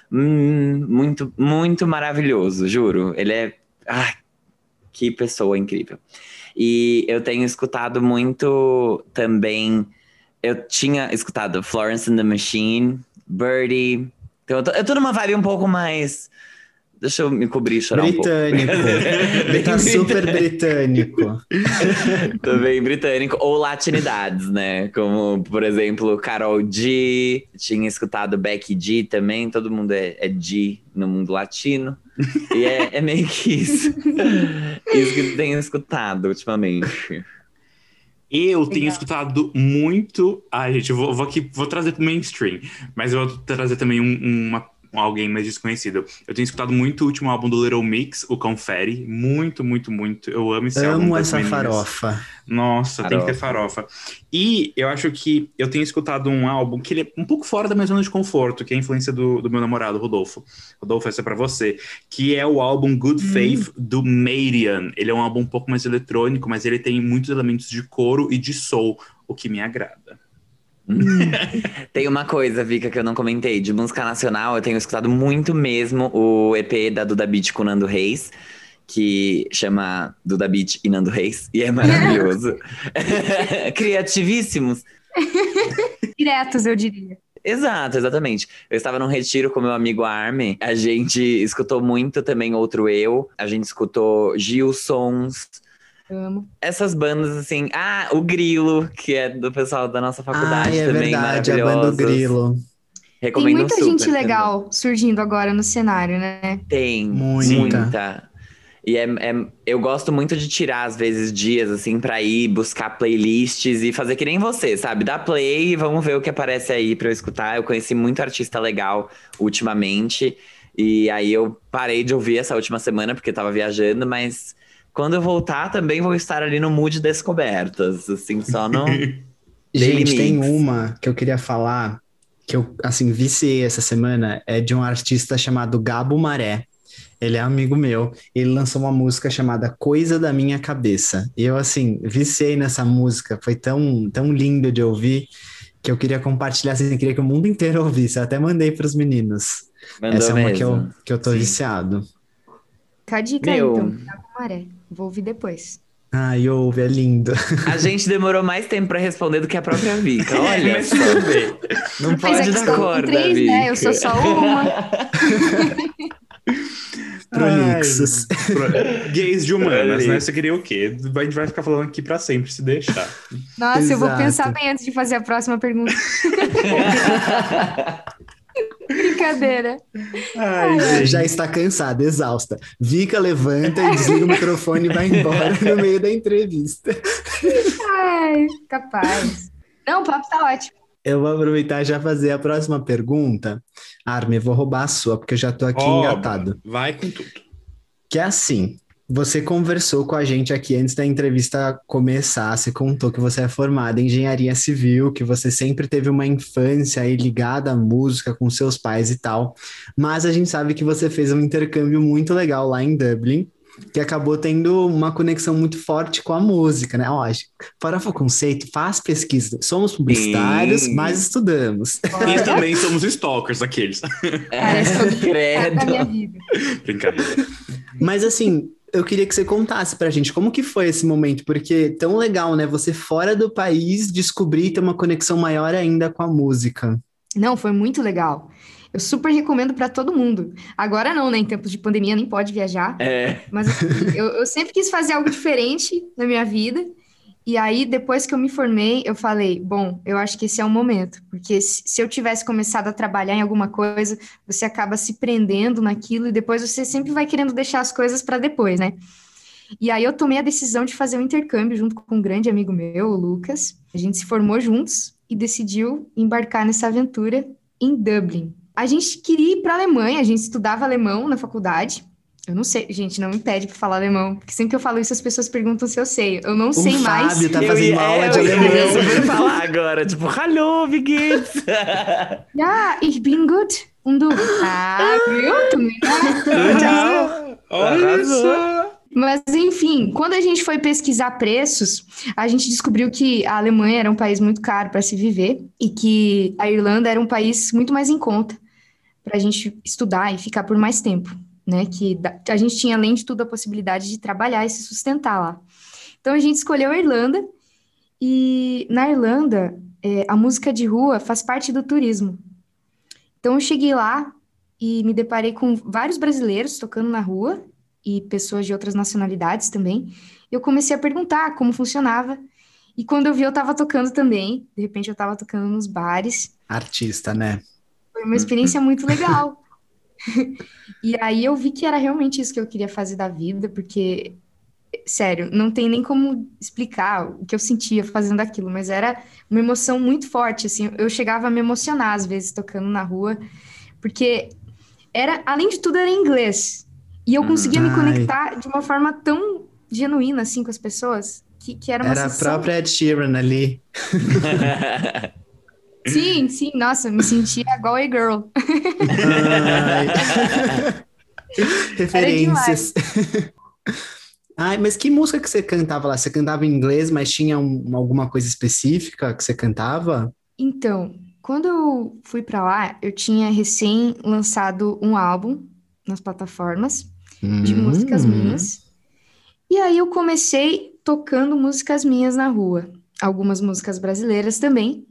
muito, muito maravilhoso, juro. Ele é... Ai, que pessoa incrível. E eu tenho escutado muito também... Eu tinha escutado Florence and the Machine, Birdie. Então eu tô numa vibe um pouco mais... Deixa eu me cobrir e chorar Britânico. um pouco. Ele tá super britânico. Também britânico. Ou latinidades, né? Como, por exemplo, Karol G. Tinha escutado Becky G também. Todo mundo é G no mundo latino. E é meio que isso. Isso que eu tenho escutado ultimamente. Eu tenho escutado muito... Ai, gente, eu vou trazer pro mainstream. Mas eu vou trazer também alguém mais desconhecido. Eu tenho escutado muito o último álbum do Little Mix, o Confetti. Muito, muito, muito. Eu amo esse álbum. Amo essa farofa. Nossa, tem que ter farofa. E eu acho que eu tenho escutado um álbum que ele é um pouco fora da minha zona de conforto, que é a influência do meu namorado, Rodolfo. Rodolfo, essa é pra você. Que é o álbum Good Faith, do Marian. Ele é um álbum um pouco mais eletrônico, mas ele tem muitos elementos de coro e de soul, o que me agrada. Tem uma coisa, Vika, que eu não comentei. De música nacional, eu tenho escutado muito mesmo o EP da Duda Beat com o Nando Reis, que chama Duda Beat e Nando Reis, e é maravilhoso. Criativíssimos. Diretos, eu diria. Exato, exatamente. Eu estava num retiro com meu amigo Arme, a gente escutou muito também Outro Eu, a gente escutou Gilsons. Amo. Essas bandas, assim... Ah, o Grilo, que é do pessoal da nossa faculdade é também, verdade, a banda do Grilo. Recomendo Tem muita super gente também. legal surgindo agora no cenário, né? Tem, muita. E eu gosto muito de tirar, às vezes, dias, assim, pra ir buscar playlists e fazer que nem você, sabe? Dá play e vamos ver o que aparece aí pra eu escutar. Eu conheci muito artista legal ultimamente. E aí eu parei de ouvir essa última semana, porque eu tava viajando, mas... Quando eu voltar, também vou estar ali no mood descobertas, assim, só no... Gente, tem uma que eu queria falar, que eu, assim, viciei essa semana, é de um artista chamado Gabo Maré. Ele é amigo meu, ele lançou uma música chamada Coisa da Minha Cabeça. E eu, assim, viciei nessa música, foi tão, tão lindo de ouvir, que eu queria compartilhar, assim, queria que o mundo inteiro ouvisse. Eu até mandei pros meninos. Mandou essa é uma mesmo. que eu tô viciado. Fica a dica aí, então. Thiago Maré. Vou ouvir depois. Ai, ouve, é lindo. A gente demorou mais tempo pra responder do que a própria Vika. Olha Mas só. tudo bem. Não Mas pode é que dar estão com corda, 3, Vika. né? Eu sou só uma. Prolixos. Gays de humanas, né? Você queria o quê? A gente vai ficar falando aqui pra sempre, se deixar. Nossa, eu vou Exato. pensar bem antes de fazer a próxima pergunta. Brincadeira. Ai, gente. Já está cansada, exausta. Vika levanta e desliga o microfone e vai embora no meio da entrevista. Ai, capaz. Não, o papo tá ótimo. Eu vou aproveitar e já fazer a próxima pergunta. Armin, eu vou roubar a sua, porque eu já tô aqui Ó, engatado. vai com tudo. Que é assim, você conversou com a gente aqui antes da entrevista começar, você contou que você é formada em engenharia civil, que você sempre teve uma infância aí ligada à música com seus pais e tal, mas a gente sabe que você fez um intercâmbio muito legal lá em Dublin, que acabou tendo uma conexão muito forte com a música, né? Ó, farofa o conceito, faz pesquisa. Somos publicitários, Sim. mas estudamos. E também somos stalkers, aqueles. Parece todo Credo. da minha vida. Brincadeira. Mas assim, eu queria que você contasse pra gente como que foi esse momento, porque tão legal, né? Você fora do país descobrir e ter uma conexão maior ainda com a música. Não, foi muito legal. Eu super recomendo pra todo mundo. Agora não, né? Em tempos de pandemia nem pode viajar. Mas assim, eu sempre quis fazer algo diferente na minha vida. E aí, depois que eu me formei, eu falei, bom, eu acho que esse é o momento. Porque se eu tivesse começado a trabalhar em alguma coisa, você acaba se prendendo naquilo e depois você sempre vai querendo deixar as coisas para depois, né? E aí eu tomei a decisão de fazer um intercâmbio junto com um grande amigo meu, o Lucas. A gente se formou juntos e decidiu embarcar nessa aventura em Dublin. A gente queria ir para a Alemanha, a gente estudava alemão na faculdade. Eu não sei, gente, não me pede para falar alemão, porque sempre que eu falo isso as pessoas perguntam se eu sei. Eu não sei mais. O Fábio tá fazendo aula de alemão. Eu ia falar agora, tipo, hallo, wie geht's? Ja, ich bin gut. Und du? Ah, viu? Tu me dá. Tchau. Olha só. Mas, enfim, quando a gente foi pesquisar preços, a gente descobriu que a Alemanha era um país muito caro para se viver e que a Irlanda era um país muito mais em conta para a gente estudar e ficar por mais tempo, né? Que a gente tinha, além de tudo, a possibilidade de trabalhar e se sustentar lá. Então, a gente escolheu a Irlanda e, na Irlanda, a música de rua faz parte do turismo. Então, eu cheguei lá e me deparei com vários brasileiros tocando na rua e pessoas de outras nacionalidades também. Eu comecei a perguntar como funcionava. E quando eu vi, eu estava tocando também. De repente, eu estava tocando nos bares. Artista, né? Foi uma experiência muito legal. E aí eu vi que era realmente isso que eu queria fazer da vida, porque, sério, não tem nem como explicar o que eu sentia fazendo aquilo, mas era uma emoção muito forte, assim. Eu chegava a me emocionar, às vezes, tocando na rua, porque além de tudo, era em inglês. E eu conseguia me conectar de uma forma tão genuína, assim, com as pessoas, que era uma Era a sensação... própria Ed Sheeran ali. Sim, sim, nossa, me sentia Galway Girl. Ai. Referências. Ai, mas que música que você cantava lá? Você cantava em inglês, mas tinha alguma coisa específica que você cantava? Então, quando eu fui pra lá, eu tinha recém lançado um álbum nas plataformas de músicas minhas. E aí eu comecei tocando músicas minhas na rua. Algumas músicas brasileiras também.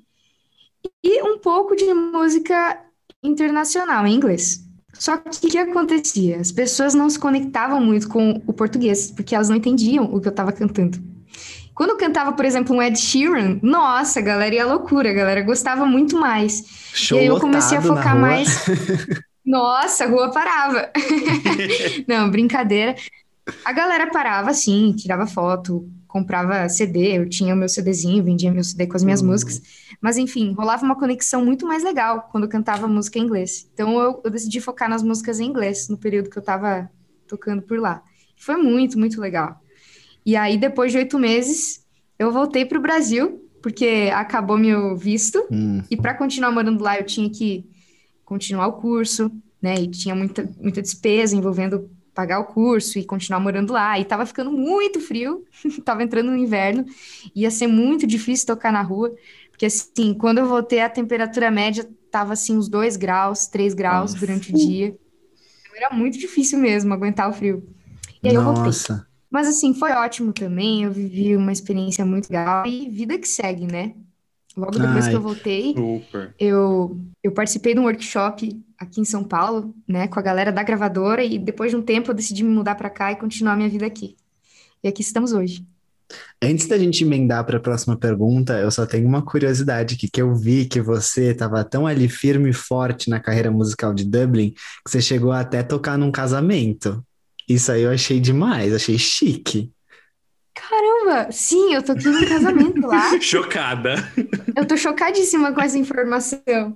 E um pouco de música internacional, em inglês. Só que o que acontecia? As pessoas não se conectavam muito com o português, porque elas não entendiam o que eu estava cantando. Quando eu cantava, por exemplo, um Ed Sheeran, nossa, a galera ia à loucura, a galera gostava muito mais. Show e aí eu comecei a lotado focar na rua. mais... Nossa, a rua parava. Não, brincadeira. A galera parava, assim, tirava foto, comprava CD, eu tinha o meu CDzinho, vendia meu CD com as minhas músicas. Mas, enfim, rolava uma conexão muito mais legal quando eu cantava música em inglês. Então, eu decidi focar nas músicas em inglês, no período que eu tava tocando por lá. Foi muito, muito legal. E aí, depois de 8 meses, eu voltei pro Brasil, porque acabou meu visto. E para continuar morando lá, eu tinha que continuar o curso, né? E tinha muita, muita despesa envolvendo pagar o curso e continuar morando lá. E tava ficando muito frio, tava entrando no inverno, ia ser muito difícil tocar na rua, porque assim, quando eu voltei, a temperatura média tava assim uns 2 graus, 3 graus durante o dia. Então, era muito difícil mesmo aguentar o frio. E aí eu voltei. Nossa. Mas assim, foi ótimo também, eu vivi uma experiência muito legal e vida que segue, né? Logo depois que eu voltei, Super. eu participei de um workshop aqui em São Paulo, né, com a galera da gravadora, e depois de um tempo eu decidi me mudar para cá e continuar minha vida aqui. E aqui estamos hoje. Antes da gente emendar para a próxima pergunta, eu só tenho uma curiosidade aqui, que eu vi que você estava tão ali firme e forte na carreira musical de Dublin, que você chegou até tocar num casamento. Isso aí eu achei demais, achei chique. Caramba! Sim, eu toquei num casamento lá. Chocada. Eu tô chocadíssima com essa informação.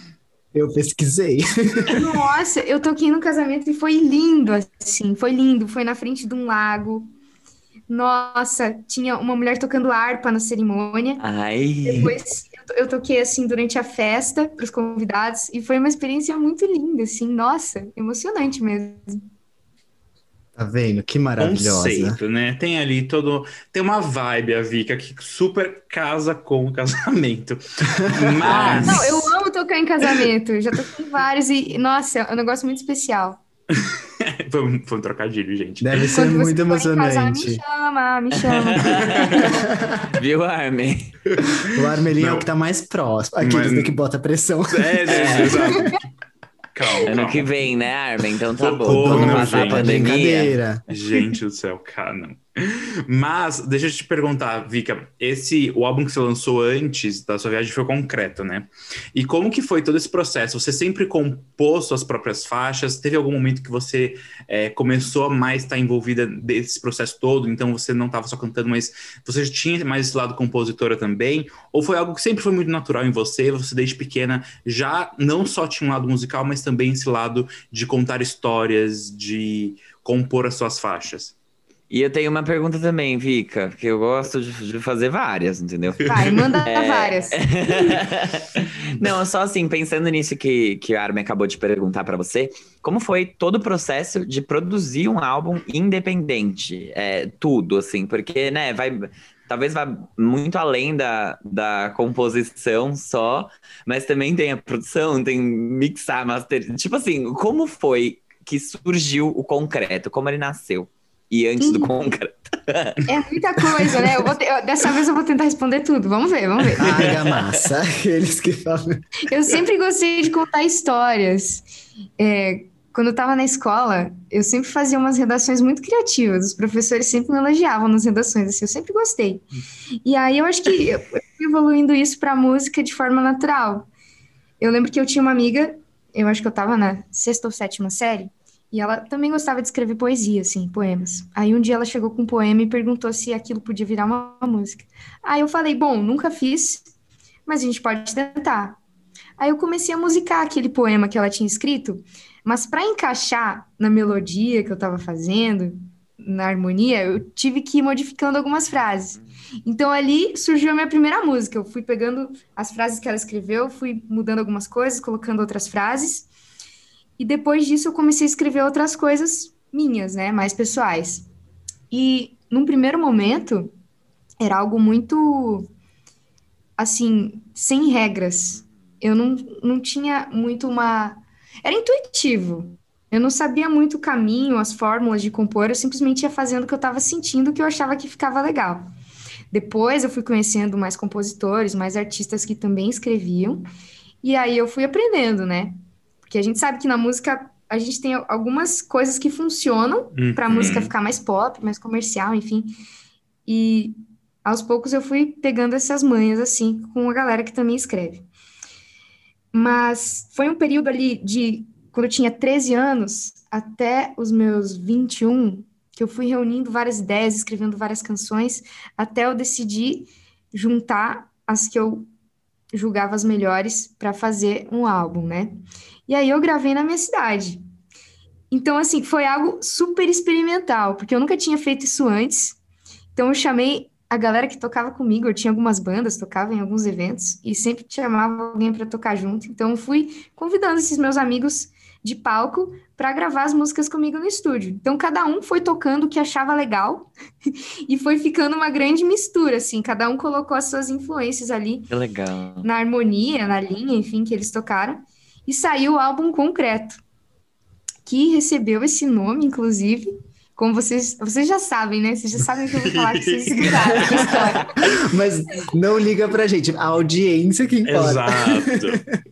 Eu pesquisei. Nossa, eu toquei num casamento e foi lindo, assim, foi lindo. Foi na frente de um lago. Nossa, tinha uma mulher tocando harpa na cerimônia. Ai, Depois eu toquei, assim, durante a festa para os convidados e foi uma experiência muito linda, assim. Nossa, emocionante mesmo. Tá vendo? Que maravilhosa. Conceito, né? Tem ali tem uma vibe, a Vika, que super casa com o casamento. Mas... Não, eu amo tocar em casamento. Já toquei em vários e, nossa, é um negócio muito especial. Foi um trocadilho, gente. Deve ser Quando você muito for em casar, emocionante. me chama. viu, Armin? O Armelinho é Não. o que tá mais próximo. Aqueles Mas- que bota pressão. Exato. Calma, Ano que calma. vem, né, Armin? Então tá bom. Socorro, Quando meu passar a gente. pandemia. Brincadeira. Gente do céu, cara, não. Mas, deixa eu te perguntar, Vika, o álbum que você lançou antes da sua viagem foi Concreto, né? E como que foi todo esse processo? Você sempre compôs suas próprias faixas? Teve algum momento que você começou a mais estar envolvida desse processo todo? Então você não estava só cantando, mas você já tinha mais esse lado compositora também? Ou foi algo que sempre foi muito natural em você? Você desde pequena já não só tinha um lado musical, mas também esse lado de contar histórias, de compor as suas faixas? E eu tenho uma pergunta também, Vika, que eu gosto de fazer várias, entendeu? Vai, manda várias. Não, só assim, pensando nisso que a Armin acabou de perguntar pra você, como foi todo o processo de produzir um álbum independente? Tudo, assim, porque, né, talvez vá muito além da composição só, mas também tem a produção, tem mixar, master... Tipo assim, como foi que surgiu o Concreto? Como ele nasceu? E antes do Concreto? É muita coisa, né? Dessa vez eu vou tentar responder tudo. Vamos ver. Argamassa, aqueles que falam. Eu sempre gostei de contar histórias. Quando eu estava na escola, eu sempre fazia umas redações muito criativas. Os professores sempre me elogiavam nas redações, assim, eu sempre gostei. E aí eu acho que eu fui evoluindo isso para a música de forma natural. Eu lembro que eu tinha uma amiga, eu acho que eu estava na 6ª ou 7ª série, e ela também gostava de escrever poesia, assim, poemas. Aí um dia ela chegou com um poema e perguntou se aquilo podia virar uma música. Aí eu falei, bom, nunca fiz, mas a gente pode tentar. Aí eu comecei a musicar aquele poema que ela tinha escrito, mas para encaixar na melodia que eu estava fazendo, na harmonia, eu tive que ir modificando algumas frases. Então ali surgiu a minha primeira música. Eu fui pegando as frases que ela escreveu, fui mudando algumas coisas, colocando outras frases. E depois disso eu comecei a escrever outras coisas minhas, né, mais pessoais. E num primeiro momento era algo muito, assim, sem regras. Eu não tinha muito uma... Era intuitivo. Eu não sabia muito o caminho, as fórmulas de compor, eu simplesmente ia fazendo o que eu estava sentindo, o que eu achava que ficava legal. Depois eu fui conhecendo mais compositores, mais artistas que também escreviam, e aí eu fui aprendendo, né? Porque a gente sabe que na música a gente tem algumas coisas que funcionam para a música ficar mais pop, mais comercial, enfim. E aos poucos eu fui pegando essas manhas, assim, com a galera que também escreve. Mas foi um período ali de quando eu tinha 13 anos até os meus 21, que eu fui reunindo várias ideias, escrevendo várias canções, até eu decidir juntar as que eu julgava as melhores para fazer um álbum, né? E aí eu gravei na minha cidade. Então, assim, foi algo super experimental, porque eu nunca tinha feito isso antes. Então eu chamei a galera que tocava comigo, eu tinha algumas bandas, tocava em alguns eventos, e sempre chamava alguém para tocar junto. Então eu fui convidando esses meus amigos de palco para gravar as músicas comigo no estúdio. Então cada um foi tocando o que achava legal e foi ficando uma grande mistura, assim, cada um colocou as suas influências ali. Que legal. Na harmonia, na linha, enfim, que eles tocaram, e saiu o álbum Concreto, que recebeu esse nome, inclusive, como vocês já sabem, né? Vocês já sabem o que eu vou falar, que vocês escutaram a história. Mas não liga pra gente, a audiência que importa. Exato.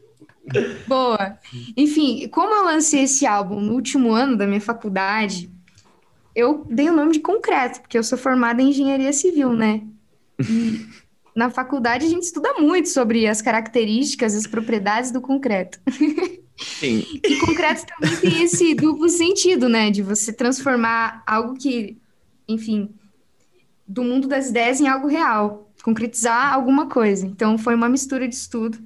Boa. Enfim, como eu lancei esse álbum no último ano da minha faculdade, eu dei o nome de Concreto, porque eu sou formada em engenharia civil, né? E na faculdade a gente estuda muito sobre as características, as propriedades do concreto. Sim. E concreto também tem esse duplo sentido, né? De você transformar algo que, enfim, do mundo das ideias em algo real. Concretizar alguma coisa. Então foi uma mistura disso tudo.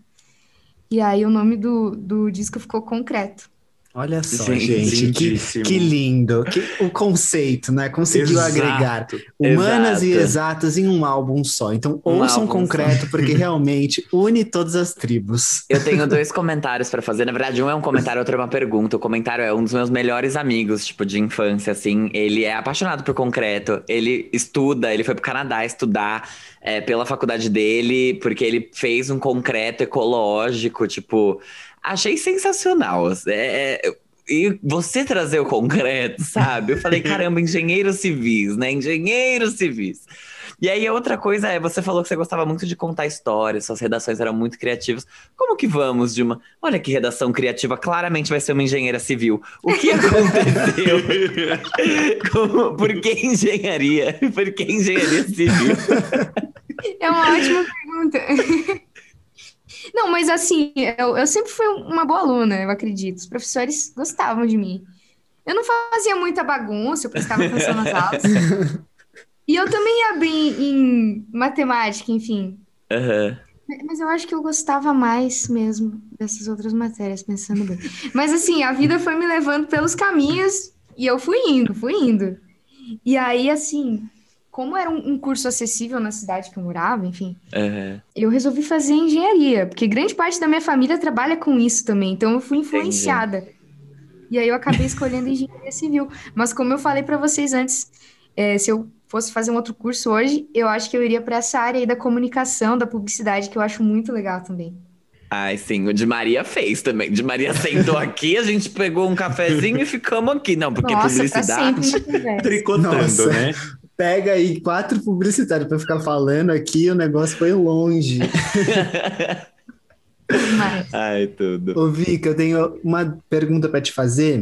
E aí o nome do disco ficou Concreto. Olha só, Sim, gente, lindíssimo. que lindo. O conceito, né? Conseguiu Exato. agregar humanas e Exato. exatas em um álbum só. Então Um ouçam álbum Concreto, porque realmente une todas as tribos. Eu tenho 2 comentários pra fazer. Na verdade, um é um comentário, outro é uma pergunta. O comentário é um dos meus melhores amigos, tipo, de infância, assim. Ele é apaixonado por concreto. Ele estuda, ele foi pro Canadá estudar pela faculdade dele, porque ele fez um concreto ecológico, tipo... Achei sensacional. E você trazer o concreto, sabe? Eu falei, caramba, engenheiros civis, né? Engenheiros civis. E aí, a outra coisa você falou que você gostava muito de contar histórias, suas redações eram muito criativas. Como que vamos de uma... Olha que redação criativa, claramente vai ser uma engenheira civil. O que aconteceu? Por que engenharia? Por que engenharia civil? É uma ótima pergunta. Não, mas assim, eu sempre fui uma boa aluna, eu acredito. Os professores gostavam de mim. Eu não fazia muita bagunça, eu prestava atenção nas aulas. E eu também ia bem em matemática, enfim. Uhum. Mas eu acho que eu gostava mais mesmo dessas outras matérias, pensando bem. Mas assim, a vida foi me levando pelos caminhos e eu fui indo. E aí, assim, como era um curso acessível na cidade que eu morava, enfim, eu resolvi fazer engenharia, porque grande parte da minha família trabalha com isso também, então eu fui influenciada. E aí eu acabei escolhendo engenharia civil. Mas como eu falei para vocês antes, se eu fosse fazer um outro curso hoje, eu acho que eu iria para essa área aí da comunicação, da publicidade, que eu acho muito legal também. Ai, sim, o de Maria fez também. De Maria sentou aqui, a gente pegou um cafezinho e ficamos aqui. Não, porque Nossa, pra publicidade. sempre na conversa. Tricotando, Nossa. né? Pega aí 4 publicitários pra ficar falando aqui, o negócio foi longe. Mas, Ai, tudo. Ô, Vika, eu tenho uma pergunta pra te fazer,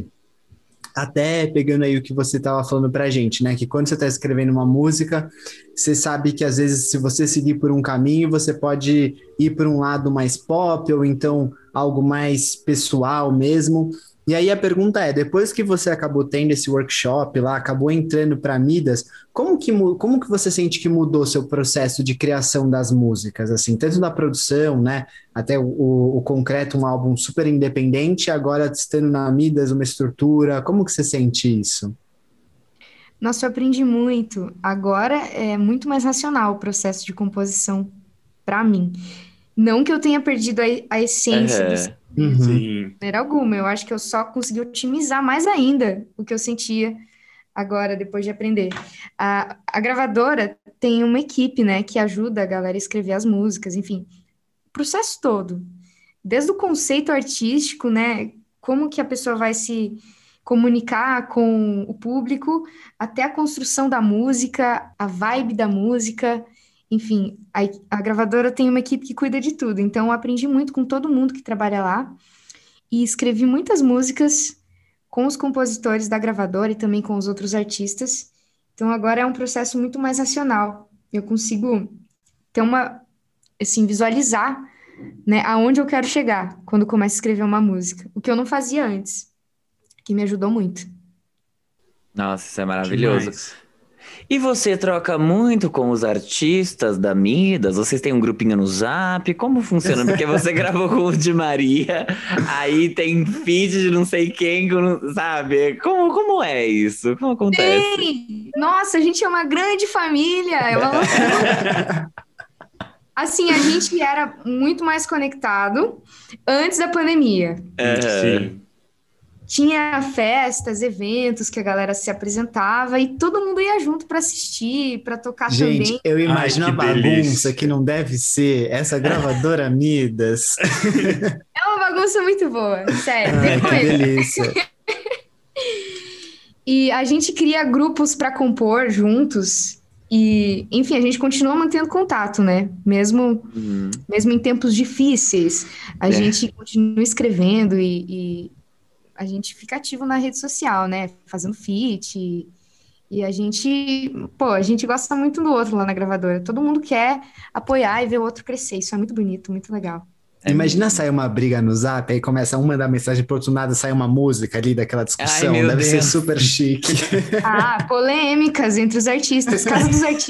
até pegando aí o que você estava falando pra gente, né? Que quando você está escrevendo uma música, você sabe que às vezes, se você seguir por um caminho, você pode ir por um lado mais pop, ou então algo mais pessoal mesmo. E aí a pergunta é, depois que você acabou tendo esse workshop lá, acabou entrando para Midas, como que você sente que mudou seu processo de criação das músicas, assim, tanto da produção, né, até o concreto, um álbum super independente, agora estando na Midas, uma estrutura, como que você sente isso? nossa, eu aprendi muito. Agora é muito mais racional o processo de composição para mim. Não que eu tenha perdido a essência do Uhum. Sim. de maneira alguma. Eu acho que eu só consegui otimizar mais ainda o que eu sentia agora, depois de aprender. A gravadora tem uma equipe, né, que ajuda a galera a escrever as músicas, enfim, o processo todo. Desde o conceito artístico, né, como que a pessoa vai se comunicar com o público, até a construção da música, a vibe da música, enfim, a gravadora tem uma equipe que cuida de tudo. Então, eu aprendi muito com todo mundo que trabalha lá e escrevi muitas músicas com os compositores da gravadora e também com os outros artistas. Então, agora é um processo muito mais racional. Eu consigo ter assim, visualizar, né, aonde eu quero chegar quando começo a escrever uma música. O que eu não fazia antes, que me ajudou muito. Nossa, isso é maravilhoso. Demais. E você troca muito com os artistas da Midas? Vocês têm um grupinho no Zap? Como funciona? Porque você gravou com o de Maria, aí tem feed de não sei quem, sabe? Como é isso? Como acontece? Ei! Nossa, a gente é uma grande família! É uma loucura. Assim, a gente era muito mais conectado antes da pandemia. Sim. Tinha festas, eventos que a galera se apresentava e todo mundo ia junto para assistir, para tocar Gente, também. eu imagino Ai, a que bagunça delícia. que não deve ser essa gravadora Midas. É uma bagunça muito boa, sério. Ai, que Recomendo. delícia. E a gente cria grupos para compor juntos. E, enfim, a gente continua mantendo contato, né? Mesmo em tempos difíceis, a gente continua escrevendo e a gente fica ativo na rede social, né? Fazendo feat. E a gente gosta muito do outro lá na gravadora. Todo mundo quer apoiar e ver o outro crescer. Isso é muito bonito, muito legal. Imagina sair uma briga no Zap, aí começa um mandar mensagem pro outro, nada, sai uma música ali daquela discussão. Ai, meu Deve ser Deus. super chique. Ah, polêmicas entre os artistas, casa dos artistas.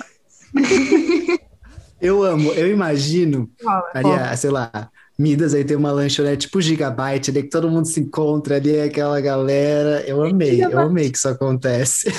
Eu amo, eu imagino, Rola. ali, sei lá, Midas aí tem uma lanchonete tipo Gigabyte ali, que todo mundo se encontra ali, aquela galera. Eu amei que isso acontece.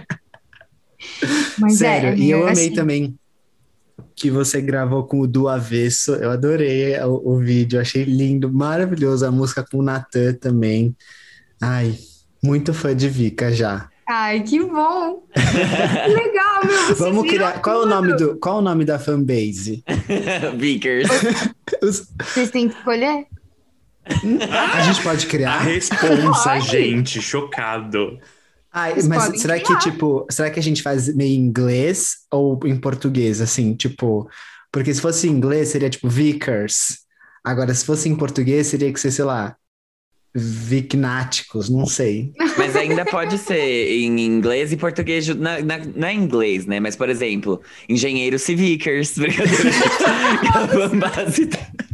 Mas Sério, e eu amei assim, também que você gravou com o Do Avesso. Eu adorei o vídeo, achei lindo, maravilhoso. A música com o Natan também. Ai, muito fã de Vika já. ai, que bom! Que legal, meu! Vocês Vamos viram criar. Qual é o nome da fanbase? Vickers. Vocês têm que escolher? A gente pode A criar? responsa, Pode. gente, chocado. Ai, Vocês mas podem será criar. que, tipo, será que a gente faz meio em inglês ou em português, assim, tipo, porque se fosse em inglês seria tipo Vickers. Agora, se fosse em português, seria que ser, sei lá, Vicnáticos, não sei. Mas ainda pode ser em inglês e português. Não é inglês, né? Mas, por exemplo, engenheiros civickers. Brincadeira. A fanbase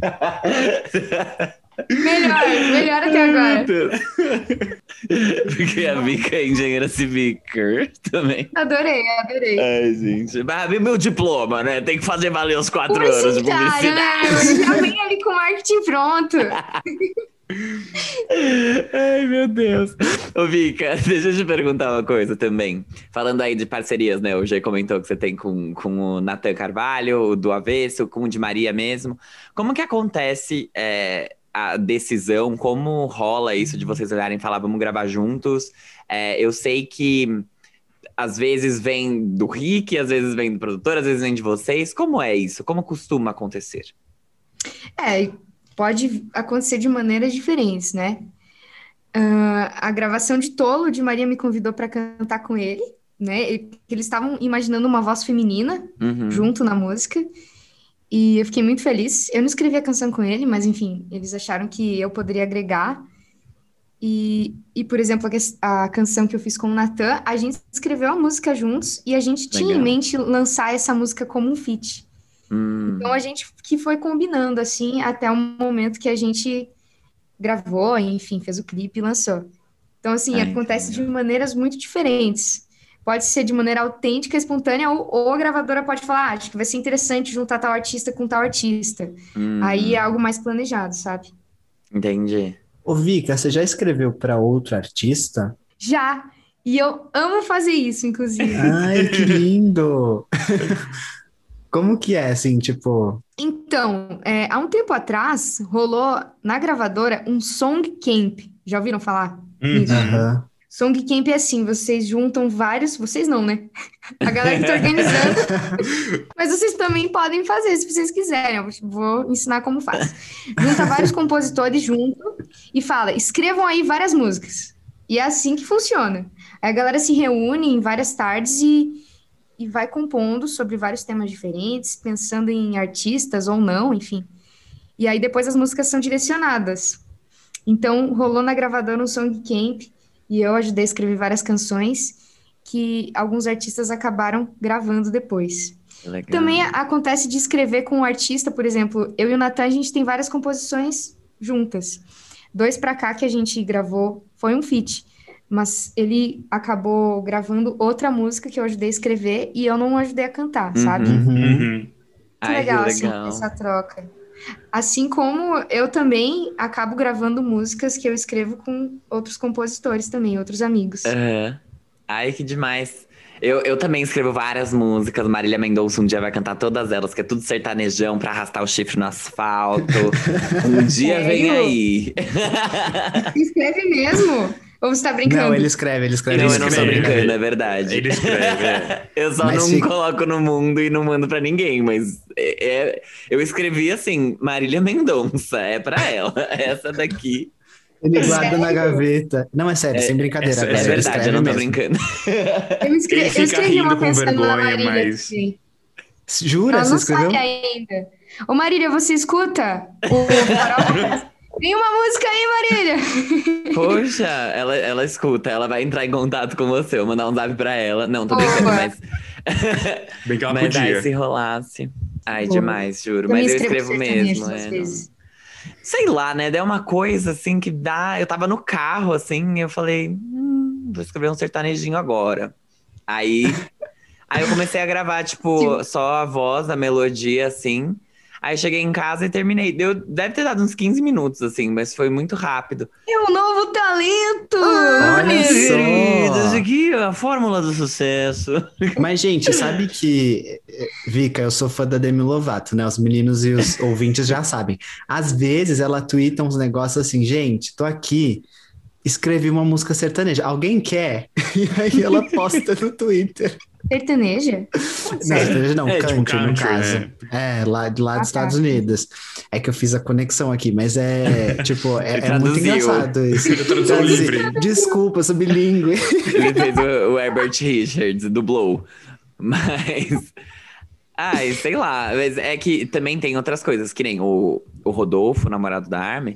Melhor até agora. Porque a Vika é engenheira civicker também. Adorei. Ai, gente. Mas meu diploma, né? Tem que fazer valer os 4 anos de Publicitário, né? publicidade. Eu já vem ali com o marketing pronto. Ai, meu Deus. Ô, Vika, deixa eu te perguntar uma coisa também. Falando aí de parcerias, né? O G comentou que você tem com o Nathan Carvalho, o do Avesso, com o de Maria mesmo. Como que acontece a decisão? Como rola isso de vocês olharem e falar, vamos gravar juntos? Eu sei que às vezes vem do Rick, às vezes vem do produtor, às vezes vem de vocês. Como é isso? Como costuma acontecer? Pode acontecer de maneiras diferentes, né? A gravação de Tolo, de Maria me convidou para cantar com ele, né? Eles estavam imaginando uma voz feminina junto na música, e eu fiquei muito feliz. Eu não escrevi a canção com ele, mas enfim, eles acharam que eu poderia agregar. E por exemplo, a canção que eu fiz com o Nathan, a gente escreveu a música juntos e a gente tinha em mente lançar essa música como um feat. Então a gente que foi combinando assim até o momento que a gente gravou, enfim, fez o clipe e lançou. Então assim, acontece de maneiras muito diferentes. Pode ser de maneira autêntica, espontânea, ou a gravadora pode falar, acho que vai ser interessante juntar tal artista com tal artista. Aí é algo mais planejado, sabe? Entendi. Ô, Vika, você já escreveu para outro artista? Já! E eu amo fazer isso, inclusive. Ai, que lindo! Como que é, assim, tipo... Então, há um tempo atrás, rolou na gravadora um Song Camp. Já ouviram falar nisso? Song Camp é assim, vocês juntam vários... Vocês não, né? A galera que tá organizando. Mas vocês também podem fazer, se vocês quiserem. Eu vou ensinar como faz. Junta vários compositores junto e fala, escrevam aí várias músicas. E é assim que funciona. Aí a galera se reúne em várias tardes e vai compondo sobre vários temas diferentes, pensando em artistas ou não, enfim. E aí depois as músicas são direcionadas. Então, rolou na gravadora um Song Camp, e eu ajudei a escrever várias canções que alguns artistas acabaram gravando depois. Legal. Também acontece de escrever com um artista, por exemplo, eu e o Nathan, a gente tem várias composições juntas. 2 pra cá que a gente gravou foi um feat, mas ele acabou gravando outra música que eu ajudei a escrever e eu não ajudei a cantar, sabe? Muito legal, assim, essa troca. Assim como eu também acabo gravando músicas que eu escrevo com outros compositores também, outros amigos. Ai, que demais. Eu também escrevo várias músicas. Marília Mendonça um dia vai cantar todas elas, que é tudo sertanejão pra arrastar o chifre no asfalto. Um dia vem aí. Escreve mesmo? Ou você tá brincando? Não, ele escreve. Não, eu não tô brincando, é verdade. Ele escreve, Eu só não coloco no mundo e não mando pra ninguém, mas eu escrevi assim, Marília Mendonça, é pra ela. Essa daqui. Ele guarda na gaveta. Não, é sério, sem brincadeira. É verdade, eu não tô brincando. Eu escrevi uma pensando na Marília. Mas... Jura? Você escreveu? Não sai ainda. Ô Marília, você escuta o Farol? Tem uma música aí, Marília! Poxa, ela escuta, ela vai entrar em contato com você, eu mandar um zap pra ela. Não, tô brincando, mas... Bem que ela mas podia. aí se rolasse... Ai, demais, juro. Mas eu escrevo mesmo. Às vezes. Sei lá, né? Deu uma coisa assim que dá... Eu tava no carro, assim, eu falei... vou escrever um sertanejinho agora. Aí eu comecei a gravar, tipo, só a voz, a melodia, assim... Aí eu cheguei em casa e terminei. Deve ter dado uns 15 minutos, assim, mas foi muito rápido. É um novo talento! Olha só! Essa aqui é a fórmula do sucesso. Mas, gente, sabe que... Vika, eu sou fã da Demi Lovato, né? Os meninos e os ouvintes já sabem. Às vezes ela twitta uns negócios assim, gente, tô aqui, escrevi uma música sertaneja. Alguém quer? E aí ela posta no Twitter. Sertaneja? Não, sertaneja não, tipo country, no country, caso. né? Lá dos Estados Unidos. É que eu fiz a conexão aqui, mas tipo, é muito engraçado isso. Tradução livre. Desculpa, eu sou bilíngue. Ele fez o Herbert Richards, dublou. Mas... Ai, sei lá. Mas é que também tem outras coisas, que nem o Rodolfo, namorado da Armin,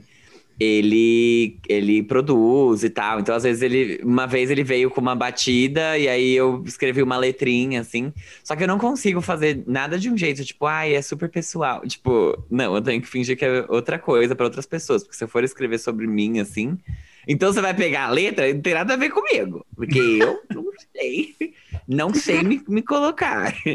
ele produz e tal. Então, às vezes, uma vez ele veio com uma batida e aí eu escrevi uma letrinha, assim. Só que eu não consigo fazer nada de um jeito, tipo, é super pessoal. Tipo, não, eu tenho que fingir que é outra coisa pra outras pessoas. Porque se eu for escrever sobre mim, assim... Então, você vai pegar a letra e não tem nada a ver comigo. Porque eu não sei me colocar.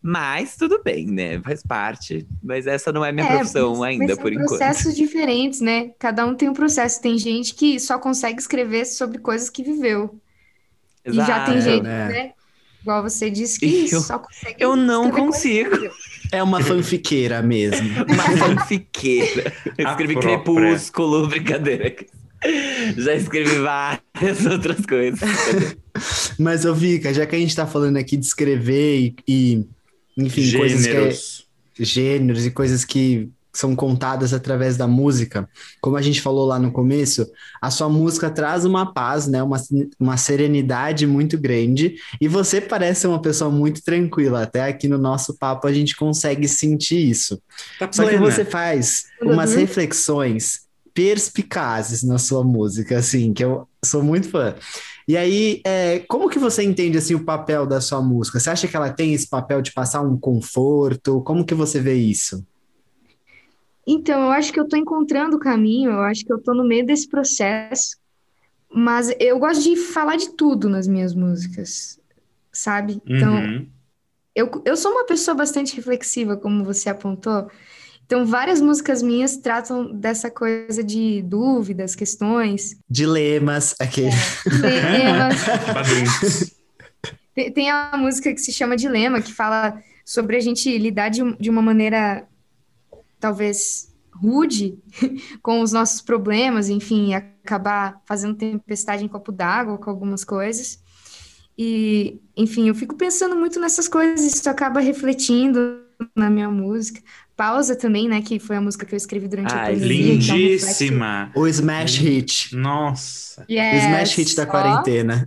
Mas tudo bem, né? Faz parte. Mas essa não é minha profissão ainda, mas por são enquanto. processos diferentes, né? Cada um tem um processo. Tem gente que só consegue escrever sobre coisas que viveu. E já tem Exato. gente, né? né? Igual você disse, que Eu- só consegue eu não escrever coisas que consigo. viveu. É uma fanfiqueira mesmo. Uma fanfiqueira. Eu A escrevi própria. Crepúsculo, brincadeira. Já escrevi várias outras coisas. Mas, ô Vika, já que a gente tá falando aqui de escrever enfim, coisas Gêneros. gêneros e coisas que são contadas através da música, como a gente falou lá no começo, a sua música traz uma paz, né? Uma serenidade muito grande, e você parece ser uma pessoa muito tranquila. Até aqui no nosso papo a gente consegue sentir isso. Tá Só que plena. você faz umas reflexões perspicazes na sua música, assim, que eu sou muito fã. E aí, como que você entende, assim, o papel da sua música? Você acha que ela tem esse papel de passar um conforto? Como que você vê isso? Então, eu acho que eu tô encontrando o caminho, eu acho que eu tô no meio desse processo, mas eu gosto de falar de tudo nas minhas músicas, sabe? Então, Uhum. eu sou uma pessoa bastante reflexiva, como você apontou. Então, várias músicas minhas tratam dessa coisa de dúvidas, questões, Dilemas, aquele. dilemas. Badum. Tem a música que se chama Dilema, que fala sobre a gente lidar de uma maneira talvez rude com os nossos problemas, enfim, e acabar fazendo tempestade em copo d'água com algumas coisas. E, enfim, eu fico pensando muito nessas coisas, isso acaba refletindo na minha música. Pausa também, né, que foi a música que eu escrevi durante a Ai, pandemia. que é um reflexo. Lindíssima. O Smash Hit. Nossa. O Smash Hit da Yes, ó. quarentena.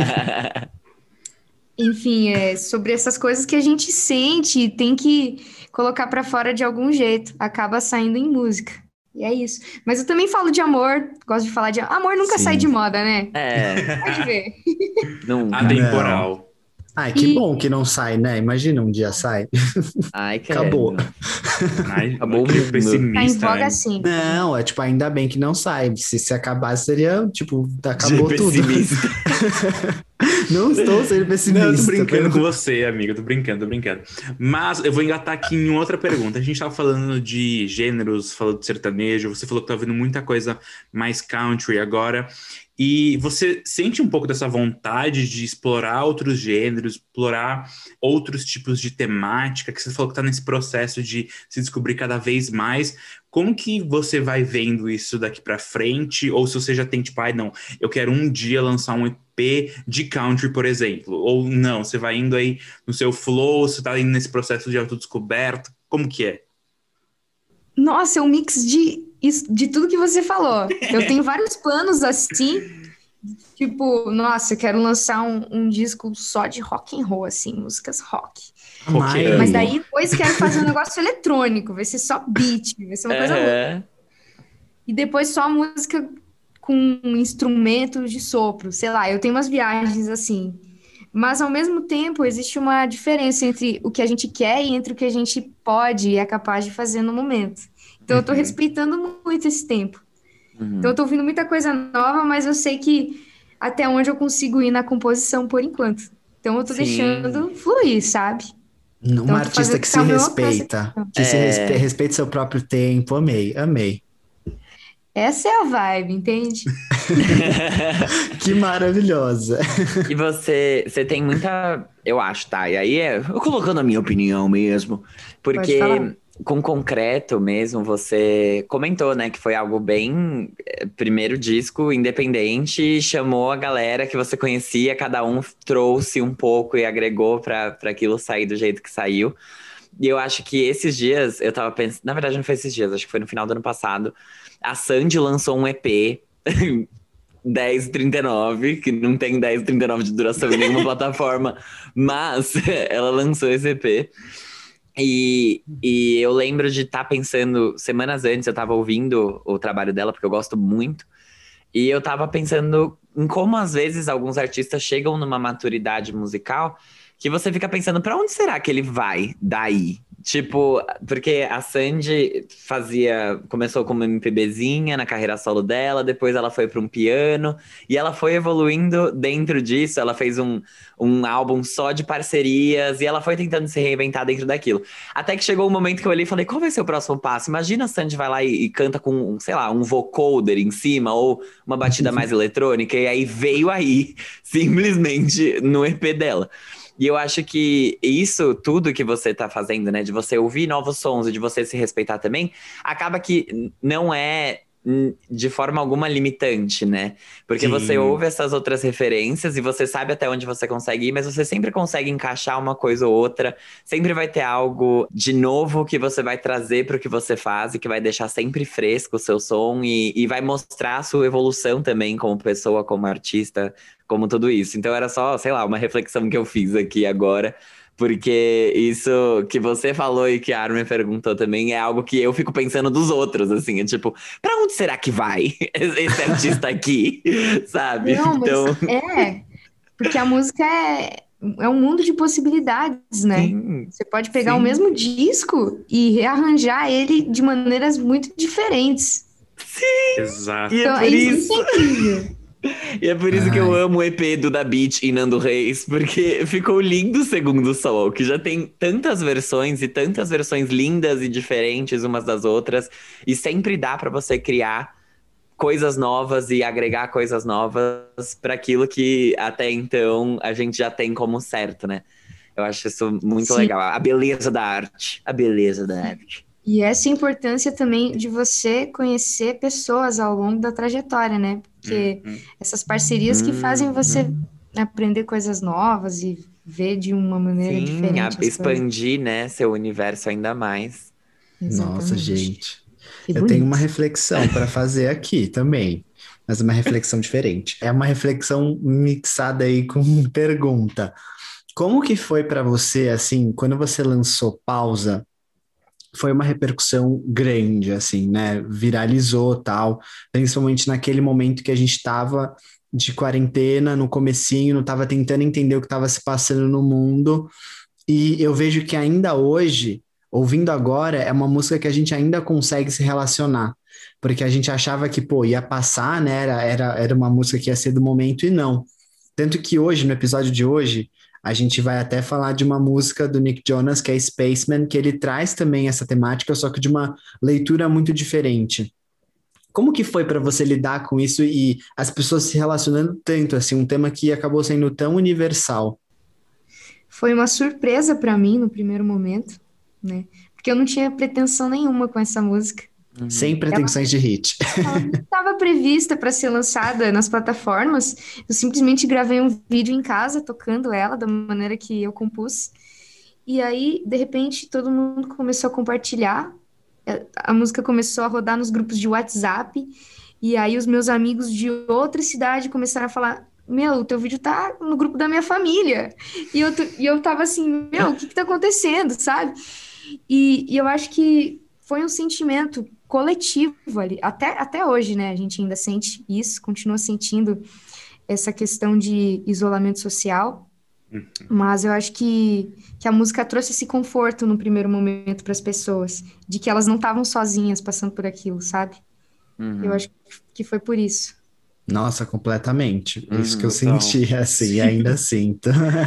Enfim, é sobre essas coisas que a gente sente e tem que colocar pra fora de algum jeito. Acaba saindo em música. E é isso. Mas eu também falo de amor. Gosto de falar de amor. Nunca Sim. sai de moda, né? É, Pode ver. nunca. Atemporal. Ai, que E- bom que não sai, né? Imagina um dia sai. Ai, credo. Acabou. Ai, Acabou que o mundo. Tá em pessimista, voga né? assim. Não, é tipo, ainda bem que não sai. Se acabasse, seria, tipo, acabou De tudo. pessimista. Não estou sendo pessimista. Não, eu tô brincando tá? com você, amigo. Tô brincando. Mas eu vou engatar aqui em outra pergunta. A gente tava falando de gêneros, falando de sertanejo. Você falou que tá ouvindo muita coisa mais country agora. E você sente um pouco dessa vontade de explorar outros gêneros, explorar outros tipos de temática, que você falou que tá nesse processo de se descobrir cada vez mais. Como que você vai vendo isso daqui pra frente? Ou se você já tem, tipo, não, eu quero um dia lançar um EP de country, por exemplo. Ou não, você vai indo aí no seu flow, você tá indo nesse processo de autodescoberta. Como que é? Nossa, é um mix de tudo que você falou. Eu tenho vários planos assim. Tipo, nossa, eu quero lançar um disco só de rock and roll, assim, músicas rock. Mas, Amo. Mas daí depois quero fazer um negócio eletrônico, vai ser só beat, vai ser uma coisa louca. É. E depois só música com instrumentos de sopro, sei lá, eu tenho umas viagens assim. Mas ao mesmo tempo existe uma diferença entre o que a gente quer e entre o que a gente pode e é capaz de fazer no momento. Então eu tô respeitando muito esse tempo. Então eu tô ouvindo muita coisa nova, mas eu sei que até onde eu consigo ir na composição por enquanto. Então eu tô Sim. deixando fluir, sabe? uma eu tô artista fazendo que o que se tá ao meu respeita. Que se respeita seu próprio tempo. Amei, amei. Essa é a vibe, entende? Que maravilhosa. E você tem muita, eu acho, tá? E aí eu colocando a minha opinião mesmo, porque Pode falar. com concreto mesmo, você comentou, né, que foi algo bem primeiro disco independente, chamou a galera que você conhecia, cada um trouxe um pouco e agregou pra aquilo sair do jeito que saiu. E eu acho que esses dias, eu tava pensando, na verdade não foi esses dias, acho que foi no final do ano passado, a Sandy lançou um EP 10h39, que não tem 10h39 de duração em nenhuma plataforma, mas ela lançou esse EP. E eu lembro de estar pensando, semanas antes eu tava ouvindo o trabalho dela, porque eu gosto muito, e eu tava pensando em como às vezes alguns artistas chegam numa maturidade musical que você fica pensando, pra onde será que ele vai daí? Tipo, porque a Sandy começou como MPBzinha na carreira solo dela, depois ela foi para um piano, e ela foi evoluindo dentro disso, ela fez um álbum só de parcerias, e ela foi tentando se reinventar dentro daquilo. Até que chegou um momento que eu olhei e falei, qual vai ser o próximo passo? Imagina a Sandy vai lá e canta com, sei lá, um vocoder em cima, ou uma batida mais eletrônica, e aí veio aí, simplesmente, no EP dela. E eu acho que isso, tudo que você tá fazendo, né? De você ouvir novos sons e de você se respeitar também, acaba que não é de forma alguma limitante, né? Porque Sim. você ouve essas outras referências e você sabe até onde você consegue ir, mas você sempre consegue encaixar uma coisa ou outra. Sempre vai ter algo de novo que você vai trazer pro que você faz e que vai deixar sempre fresco o seu som e vai mostrar a sua evolução também como pessoa, como artista, como tudo isso. Então era só, sei lá, uma reflexão que eu fiz aqui agora. Porque isso que você falou e que a Armin perguntou também é algo que eu fico pensando dos outros, assim. É tipo, pra onde será que vai esse artista aqui, sabe? Não, mas Então, porque a música é um mundo de possibilidades, né? sim, Você pode pegar sim. o mesmo disco e rearranjar ele de maneiras muito diferentes. Exato. E é Então, por isso é incrível. E é por isso que eu Ai. amo o EP do Da Beat e Nando Reis, porque ficou lindo o Segundo Sol, que já tem tantas versões e tantas versões lindas e diferentes umas das outras, e sempre dá pra você criar coisas novas e agregar coisas novas para aquilo que até então a gente já tem como certo, né? Eu acho isso muito Sim. legal. A beleza da arte. A beleza da arte. E essa importância também de você conhecer pessoas ao longo da trajetória, né? Porque essas parcerias que fazem você aprender coisas novas e ver de uma maneira Sim, diferente as coisas. expandir, né, seu universo ainda mais. Nossa, Exatamente. gente. Que Eu tenho uma bonito. reflexão para fazer aqui também, mas uma reflexão diferente. É uma reflexão mixada aí com pergunta. Como que foi para você, assim, quando você lançou Pausa? Foi uma repercussão grande, assim, né? Viralizou, tal, principalmente naquele momento que a gente estava de quarentena, no comecinho, não estava tentando entender o que estava se passando no mundo. E eu vejo que ainda hoje, ouvindo agora, é uma música que a gente ainda consegue se relacionar. Porque a gente achava que, pô, ia passar, né? Era uma música que ia ser do momento e não. Tanto que hoje, no episódio de hoje, a gente vai até falar de uma música do Nick Jonas, que é Spaceman, que ele traz também essa temática, só que de uma leitura muito diferente. Como que foi para você lidar com isso e as pessoas se relacionando tanto, assim, um tema que acabou sendo tão universal? Foi uma surpresa para mim no primeiro momento, né? Porque eu não tinha pretensão nenhuma com essa música. Sem pretensões de hit. Ela não estava prevista para ser lançada nas plataformas. Eu simplesmente gravei um vídeo em casa tocando ela da maneira que eu compus. E aí, de repente, todo mundo começou a compartilhar. A música começou a rodar nos grupos de WhatsApp. E aí, os meus amigos de outra cidade começaram a falar: Meu, o teu vídeo tá no grupo da minha família. E eu tava assim: Meu, o que que tá acontecendo, sabe? E eu acho que foi um sentimento coletivo ali, até hoje, né? A gente ainda sente isso, continua sentindo essa questão de isolamento social, mas eu acho que a música trouxe esse conforto no primeiro momento para as pessoas, de que elas não estavam sozinhas passando por aquilo, sabe? Eu acho que foi por isso. Nossa, completamente. Isso que eu Total. senti, assim, e ainda sinto.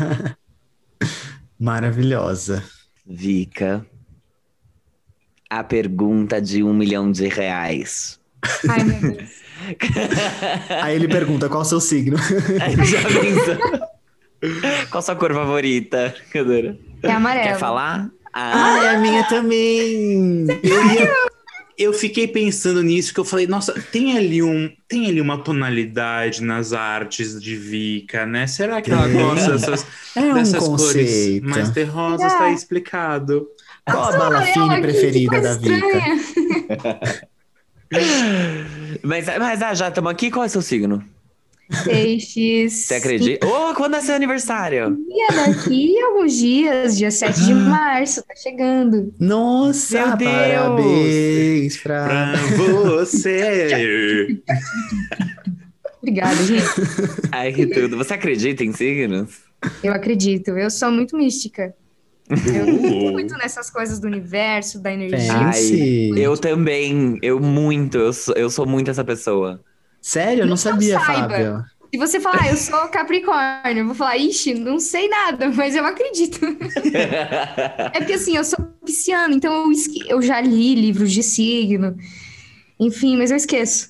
Maravilhosa. Vica, a pergunta de R$1 milhão. Ai, meu Deus. Aí ele pergunta, qual o seu signo? Já pensou? Qual a sua cor favorita? Cadê? É amarelo. Quer falar? Ai, a minha também! Eu fiquei pensando nisso, que eu falei, nossa, tem ali uma tonalidade nas artes de Vika, né? Será que ela Tem. gosta dessas cores conceito. mais terrosas? Tá aí explicado. Qual a bala Amarelo, fine que preferida coisa da Vika? estranha. Mas já estamos aqui. Qual é o seu signo? Peixes. Você acredita? Quando é seu aniversário? E é daqui a alguns dias, dia 7 de março, tá chegando. Nossa, Meu Deus! parabéns Pra você. Obrigada, gente. Ai, que tudo. Você acredita em signos? Eu acredito. Eu sou muito mística. Eu acredito muito nessas coisas do universo, da energia. Fancy. Eu também, eu sou muito essa pessoa. Sério? Eu não sabia, saiba. Fábio. Se você falar, eu sou Capricórnio, eu vou falar, ixi, não sei nada, mas eu acredito. É porque assim, eu sou pisciano, então eu já li livros de signo, enfim, mas eu esqueço.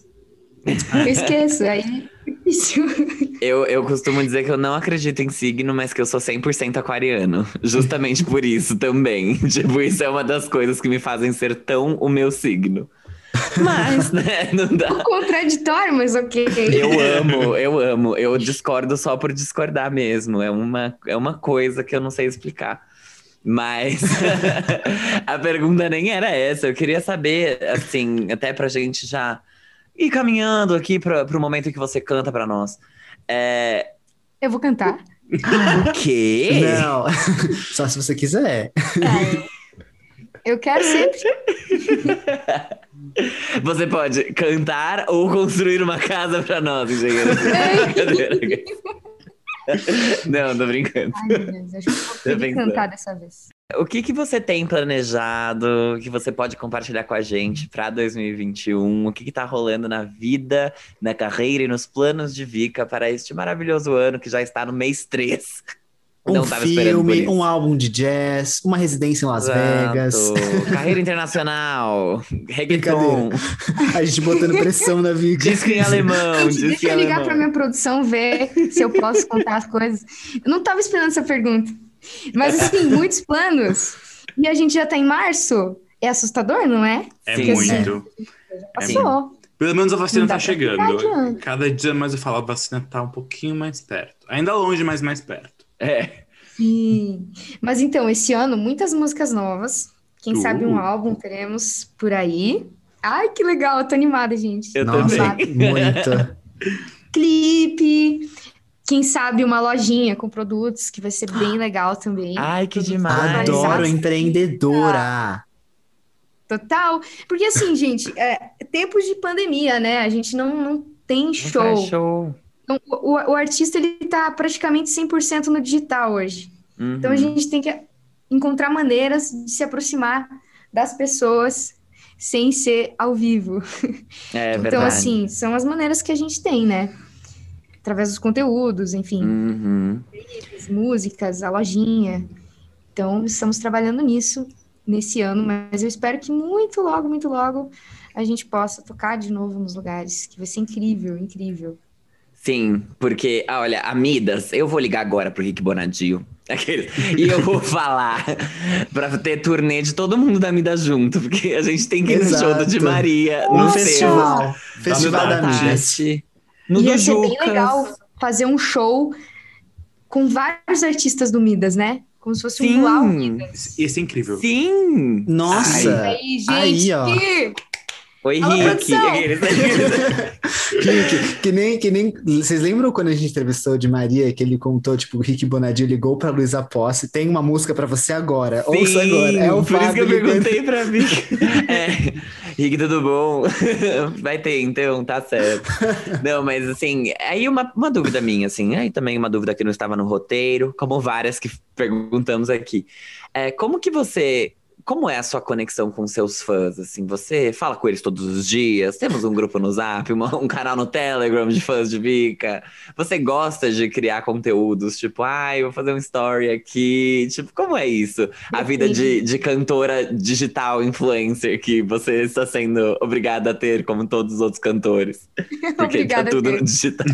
Aí é difícil. Eu costumo dizer que eu não acredito em signo, mas que eu sou 100% aquariano. Justamente por isso também. Tipo, isso é uma das coisas que me fazem ser tão o meu signo. Mas, né, não dá. Contraditório, mas ok. Eu amo. Eu discordo só por discordar mesmo. É uma coisa que eu não sei explicar. Mas a pergunta nem era essa. Eu queria saber, assim, até pra gente já ir caminhando aqui pro momento em que você canta pra nós. Eu vou cantar. O quê? Não, só se você quiser. Eu quero sempre. Você pode cantar ou construir uma casa pra nós, engenheiro. Brincadeira. Não, tô brincando. Ai, meu Deus, acho que eu vou ter que cantar dessa vez. O que você tem planejado que você pode compartilhar com a gente para 2021? O que tá rolando na vida, na carreira e nos planos de Vika para este maravilhoso ano que já está no mês 3? Um filme, um álbum de jazz, uma residência em Las Vegas. Carreira internacional, reggaeton. A gente botando pressão na Vika. Disco em alemão. Deixa eu ligar pra minha produção ver se eu posso contar as coisas. Eu não tava esperando essa pergunta. Mas assim, muitos planos. E a gente já tá em março. É assustador, não é? É Sim, muito. Já passou. Pelo menos a vacina Não dá tá pra ficar chegando. adiante. Cada dia mais eu falo, a vacina tá um pouquinho mais perto. Ainda longe, mas mais perto. Sim. Mas então, esse ano, muitas músicas novas. Quem sabe um álbum teremos por aí. Ai, que legal, eu tô animada, gente. Eu Nossa, também. muito. Clipe. Quem sabe uma lojinha com produtos, que vai ser bem legal também. Ai, que Produtos demais. atualizados. Adoro empreendedora. Total. Porque assim, gente, tempos de pandemia, né? A gente não tem Não show. faz show. Então, o artista, ele tá praticamente 100% no digital hoje. Uhum. Então, a gente tem que encontrar maneiras de se aproximar das pessoas sem ser ao vivo. É Então, verdade. assim, são as maneiras que a gente tem, né? Através dos conteúdos, enfim, Uhum. as músicas, a lojinha. Então, estamos trabalhando nisso nesse ano, mas eu espero que muito logo a gente possa tocar de novo nos lugares, que vai ser incrível, incrível. Sim, porque, olha, Amidas, eu vou ligar agora pro Rick Bonadio. E eu vou falar pra ter turnê de todo mundo da Amidas junto, porque a gente tem que ir no show do Di Exato. Maria, No no festival. seu, Festival da Amidas. Tati, no Ia do ser bem Jucas. legal fazer um show com vários artistas do Midas, né? Como se fosse um Sim. luau Midas. Ia ser incrível. Sim! Nossa. Aí, gente, Aí, ó. Oi, Alô, Rick. produção! Que nem. Vocês lembram quando a gente entrevistou o Di Maria, que ele contou, tipo, o Rick Bonadio ligou pra Luísa Posse, tem uma música pra você agora. Ouça agora. É o por isso que eu Fábio ligando. perguntei pra mim. Rick, tudo bom? Vai ter, então, tá certo. Não, mas assim, aí uma dúvida minha, assim, aí também uma dúvida que não estava no roteiro, como várias que perguntamos aqui. Como é a sua conexão com seus fãs, assim? Você fala com eles todos os dias? Temos um grupo no Zap, um canal no Telegram de fãs de Vika? Você gosta de criar conteúdos? Tipo, eu vou fazer um story aqui. Tipo, como é isso? A vida de cantora digital influencer que você está sendo obrigada a ter, como todos os outros cantores. Porque Obrigada tá a tudo ter. no digital.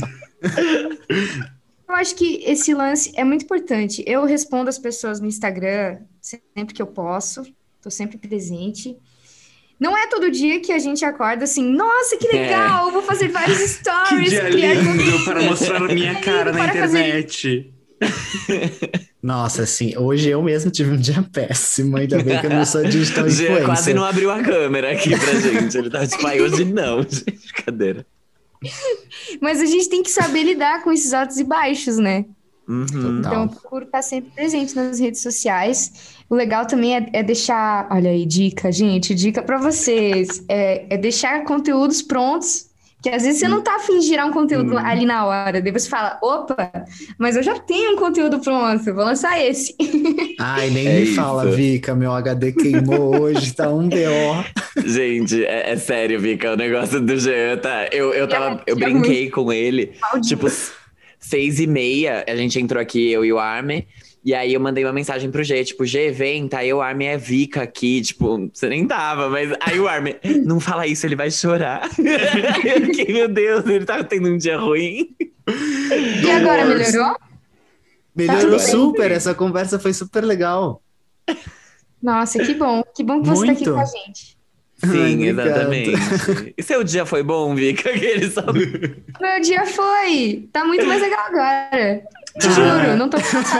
Eu acho que esse lance é muito importante. Eu respondo as pessoas no Instagram sempre que eu posso, tô sempre presente. Não é todo dia que a gente acorda assim, nossa, que legal, vou fazer vários Que stories. dia criar lindo conteúdo. para mostrar a minha cara na Para fazer- internet. Nossa, assim, hoje eu mesmo tive um dia péssimo, ainda bem que eu não sou digital O Jean influencer. quase não abriu a câmera aqui pra gente. Ele tava tipo, hoje não, gente, brincadeira. Mas a gente tem que saber lidar com esses altos e baixos, né? Uhum. Então, eu procuro estar sempre presente nas redes sociais. O legal também é deixar... Olha aí, dica, gente, dica para vocês. É deixar conteúdos prontos Que às vezes você não tá afim de gerar um conteúdo ali na hora. Daí você fala, opa, mas eu já tenho um conteúdo pronto, vou lançar esse. Ai, nem me fala, Vika, meu HD queimou hoje, tá um BO. Gente, é sério, Vika, o negócio do Jean, tá? Eu brinquei com ele, tipo, 6h30, a gente entrou aqui, eu e o Arme, e aí eu mandei uma mensagem pro G, tipo, G, vem, tá eu, Arme, é Vika aqui, tipo, você nem tava, mas aí o Arme, não fala isso, ele vai chorar. Eu fiquei, meu Deus, ele tá tendo um dia ruim. E agora, melhorou? Melhorou super, essa conversa foi super legal. Nossa, que bom que você tá aqui com a gente. Sim, Ai, exatamente. E seu dia foi bom, Vika? Aquele só... Meu dia foi, tá muito mais legal agora. Te juro, não tô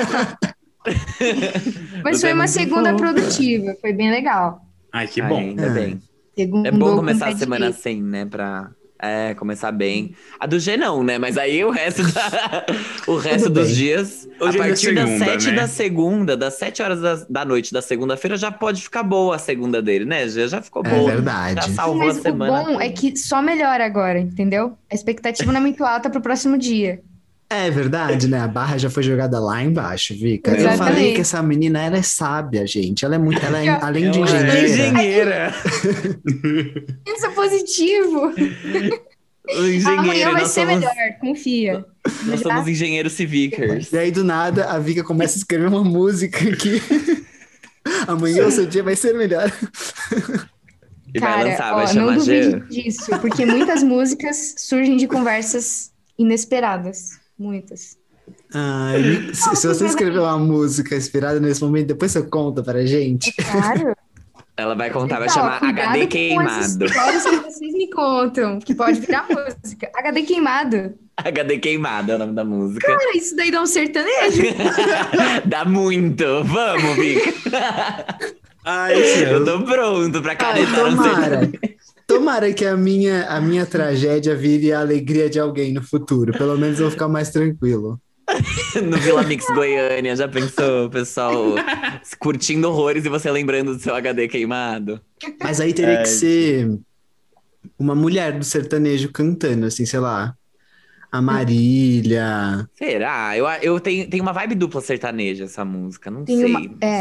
Mas foi uma segunda produtiva, foi bem legal. Ai, que bom. Ainda bem. Segundo É bom começar com a semana pé direito. assim, né? Pra começar bem. A do G não, né? Mas aí o resto, o resto Tudo dos bem. dias, Hoje a é partir das segunda, 7 né? da segunda, das 7 horas da noite da segunda-feira, já pode ficar boa a segunda dele, né? Já ficou É boa. verdade. Já salvou Mas a o semana. bom é que só melhora agora, entendeu? A expectativa não é muito alta pro próximo dia. É verdade, né? A barra já foi jogada lá embaixo, Vika. Eu Exatamente. falei que essa menina, ela é sábia, gente. Ela é além de Ela é. engenheira. Engenheira. Pensa positivo. O engenheiro. Amanhã vai nós ser somos, melhor, confia. Nós Já? somos engenheiros civikers. E aí, do nada, a Vika começa a escrever uma música aqui. Amanhã o seu dia vai ser melhor. E vai lançar, vai não chamar duvide Jean. disso, porque muitas músicas surgem de conversas inesperadas. Muitas. Ai, se você escrever uma música inspirada nesse momento, depois você conta pra gente. Claro. Ela vai contar, vai Então, chamar cuidado HD com essas queimado. histórias que vocês me contam, que pode virar música. HD queimado. HD queimado é o nome da música. Cara, isso daí dá um sertanejo. Dá muito. Vamos, Vika. Ai, Eu tô pronto pra Ai, canetar um tomara. Tomara que a minha tragédia vire a alegria de alguém no futuro. Pelo menos eu vou ficar mais tranquilo. no Vila Mix Goiânia. Já pensou, pessoal, curtindo horrores e você lembrando do seu HD queimado? Mas aí teria que ser uma mulher do sertanejo cantando, assim, sei lá. A Marília. Será? Eu tem uma vibe dupla sertaneja essa música, não Tem sei.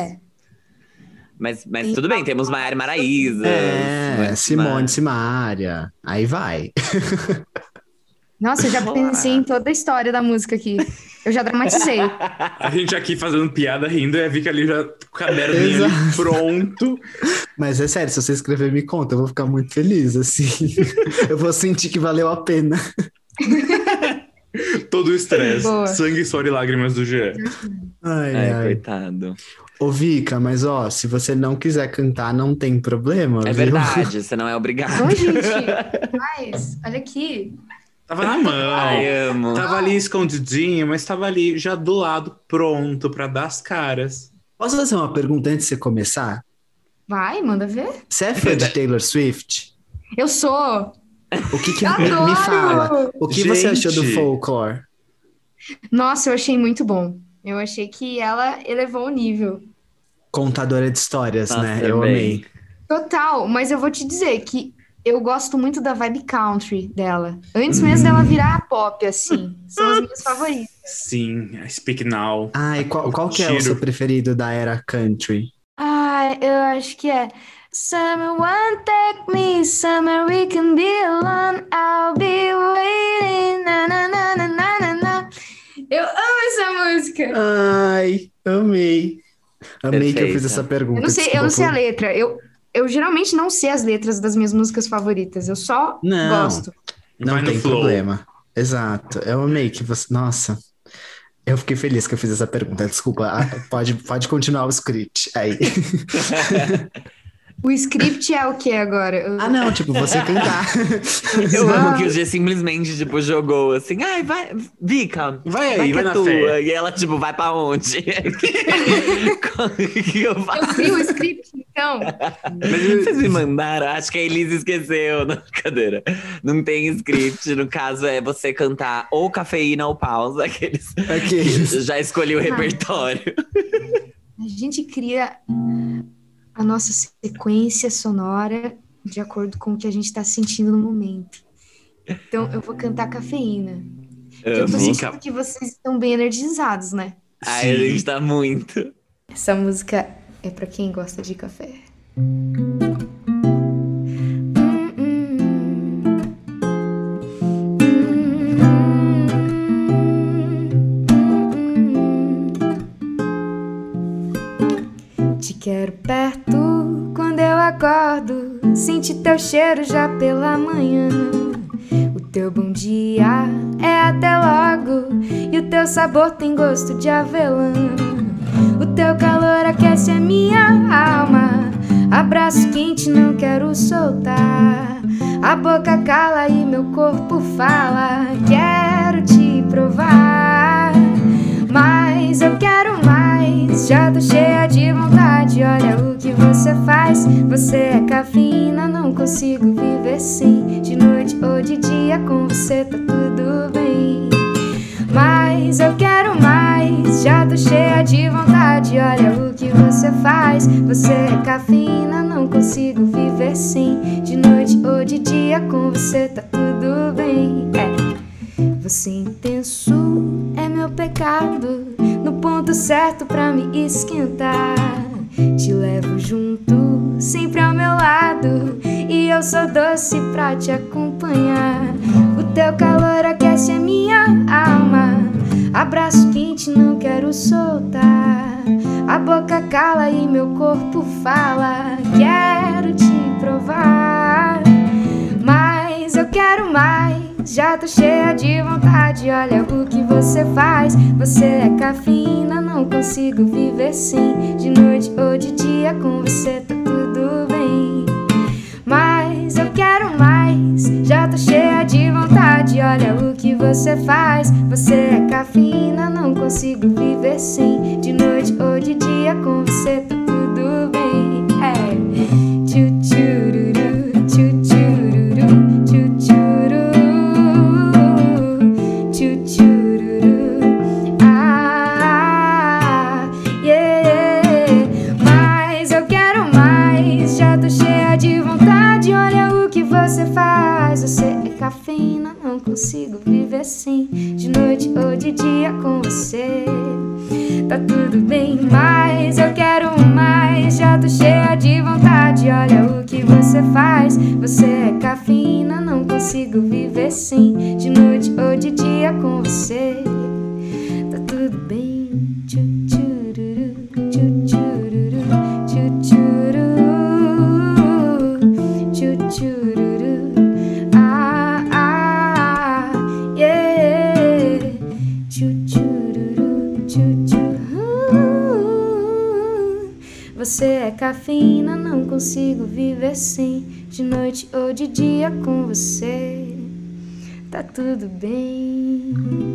Mas tudo bem, temos Maiara e Maraísa. Simone Simaria. Aí vai. Nossa, eu já pensei em toda a história da música aqui. Eu já dramatizei. A gente aqui fazendo piada, rindo, e a Vika ali já com o caderninho ali Exato. pronto. Mas é sério, se você escrever, me conta. Eu vou ficar muito feliz, assim. Eu vou sentir que valeu a pena. Todo o estresse. Boa. Sangue, suor e lágrimas do Jean. Ai, ai. Coitado. Ô, Vika, mas ó, se você não quiser cantar, não tem problema, É viu? verdade, você não é obrigado. Não, gente. Mas, olha aqui. Tava na mão. Ai, amo. Tava ali escondidinho, mas tava ali já do lado, pronto pra dar as caras. Posso fazer uma pergunta antes de você começar? Vai, manda ver. Você é fã de Taylor Swift? Eu sou. O que Adoro! me fala? O que você achou do Gente. Folklore? Nossa, eu achei muito bom. Eu achei que ela elevou o nível. Contadora de histórias, Nossa, né? Eu bem. amei. Total, mas eu vou te dizer que eu gosto muito da vibe country dela. Antes mesmo dela virar pop, assim. São as minhas favoritas. Sim, Speak Now. Ai, qual que é o Tiro. seu preferido da era country? Ah, eu acho que é Summer one take me, summer we can be alone, I'll be waiting, na na na na na na na. Eu amo essa música. Ai, amei. Amei que eu fiz Perfeita. essa pergunta. Eu não sei a desculpa. letra. Eu geralmente não sei as letras das minhas músicas favoritas. Eu só Não. gosto. Não Vai no tem flow. problema. Exato. Eu amei que você. Nossa. Eu fiquei feliz que eu fiz essa pergunta. Desculpa. Pode continuar o script aí. O script é o que agora? Ah, não, tipo, você cantar. Eu Ah. amo que o G simplesmente, tipo, jogou assim, ai, vai, Vika, Vai aí, que vai é na tua. fé. E ela, tipo, vai pra onde? Como que eu Eu faço? vi o script, então. Vocês me mandaram? Acho que a Elise esqueceu. Não, brincadeira. Não tem script. No caso, é você cantar ou cafeína ou pausa. Aqueles Aqueles. já escolhi o repertório. A gente cria a nossa sequência sonora de acordo com o que a gente está sentindo no momento. Então eu vou cantar Cafeína. Eu tô Amo. sentindo que vocês estão bem energizados, né? Ai, a gente tá muito. Essa música é pra quem gosta de café. Te quero perto quando eu acordo, senti teu cheiro já pela manhã. O teu bom dia é até logo, e o teu sabor tem gosto de avelã. O teu calor aquece a minha alma, abraço quente não quero soltar. A boca cala e meu corpo fala, quero te provar. Mas eu quero mais, já tô cheia de vontade. Olha o que você faz, você é cafeína, não consigo viver sem. De noite ou de dia com você tá tudo bem. Mas eu quero mais, já tô cheia de vontade. Olha o que você faz, você é cafeína, não consigo viver sem. De noite ou de dia com você tá tudo bem. Você intenso é meu pecado, no ponto certo pra me esquentar. Te levo junto, sempre ao meu lado, e eu sou doce pra te acompanhar. O teu calor aquece a minha alma, abraço quente não quero soltar. A boca cala e meu corpo fala, quero te provar. Mas eu quero mais, já tô cheia de vontade. Olha o que você faz, você é cafeína, não consigo viver sem. De noite ou de dia com você tá tudo bem. Mas eu quero mais, já tô cheia de vontade. Olha o que você faz, você é cafeína, não consigo viver sem. De noite ou de dia com você tá tudo bem. Tchutchururu, tchutchururu, tchutchururu, tchutchururu. Yeah. Mas eu quero mais, já tô cheia de vontade. Olha o que você faz, você é cafeína, não consigo viver sem. De noite ou de dia com você tá tudo bem. Mas eu quero mais, já tô cheia de vontade. Olha o que você faz, você é cafeína, não consigo viver sem. De noite ou de dia com você tá tudo bem. Tchutchururu, tchutchururu, tchutchururu, tchutchururu. Yeah. Tchutchururu, tchutchururu. Você é cafeína, não consigo viver sem. De noite ou de dia com você tá tudo bem.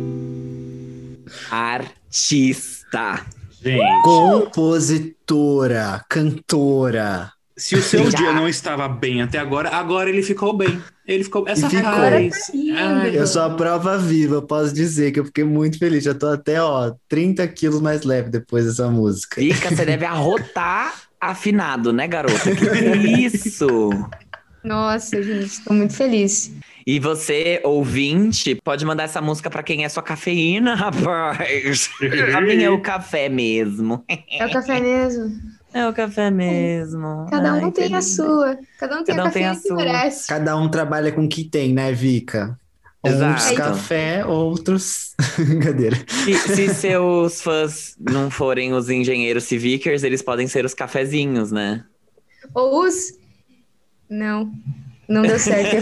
Artista. Gente, Compositora, cantora. se o seu dia não estava bem até agora, agora ele ficou bem. Ele ficou. Essa ficou. raiz. Ai, Eu sou a prova viva, eu posso dizer que eu fiquei muito feliz. Já tô até, 30 quilos mais leve depois dessa música. Fica, você deve arrotar afinado, né, garota? Que isso? Nossa, gente, tô muito feliz. E você, ouvinte, pode mandar essa música pra quem é sua cafeína, rapaz. A minha é o café mesmo. É o café mesmo. É o café mesmo. Cada um Ai, tem a sua. Cada um tem Cada a um tem a cafeína que sua. merece. Cada um trabalha com o que tem, né, Vika? Uns Exato. café, outros. Brincadeira. Se seus fãs não forem os engenheiros civikers, eles podem ser os cafezinhos, né? Ou os... Não deu certo.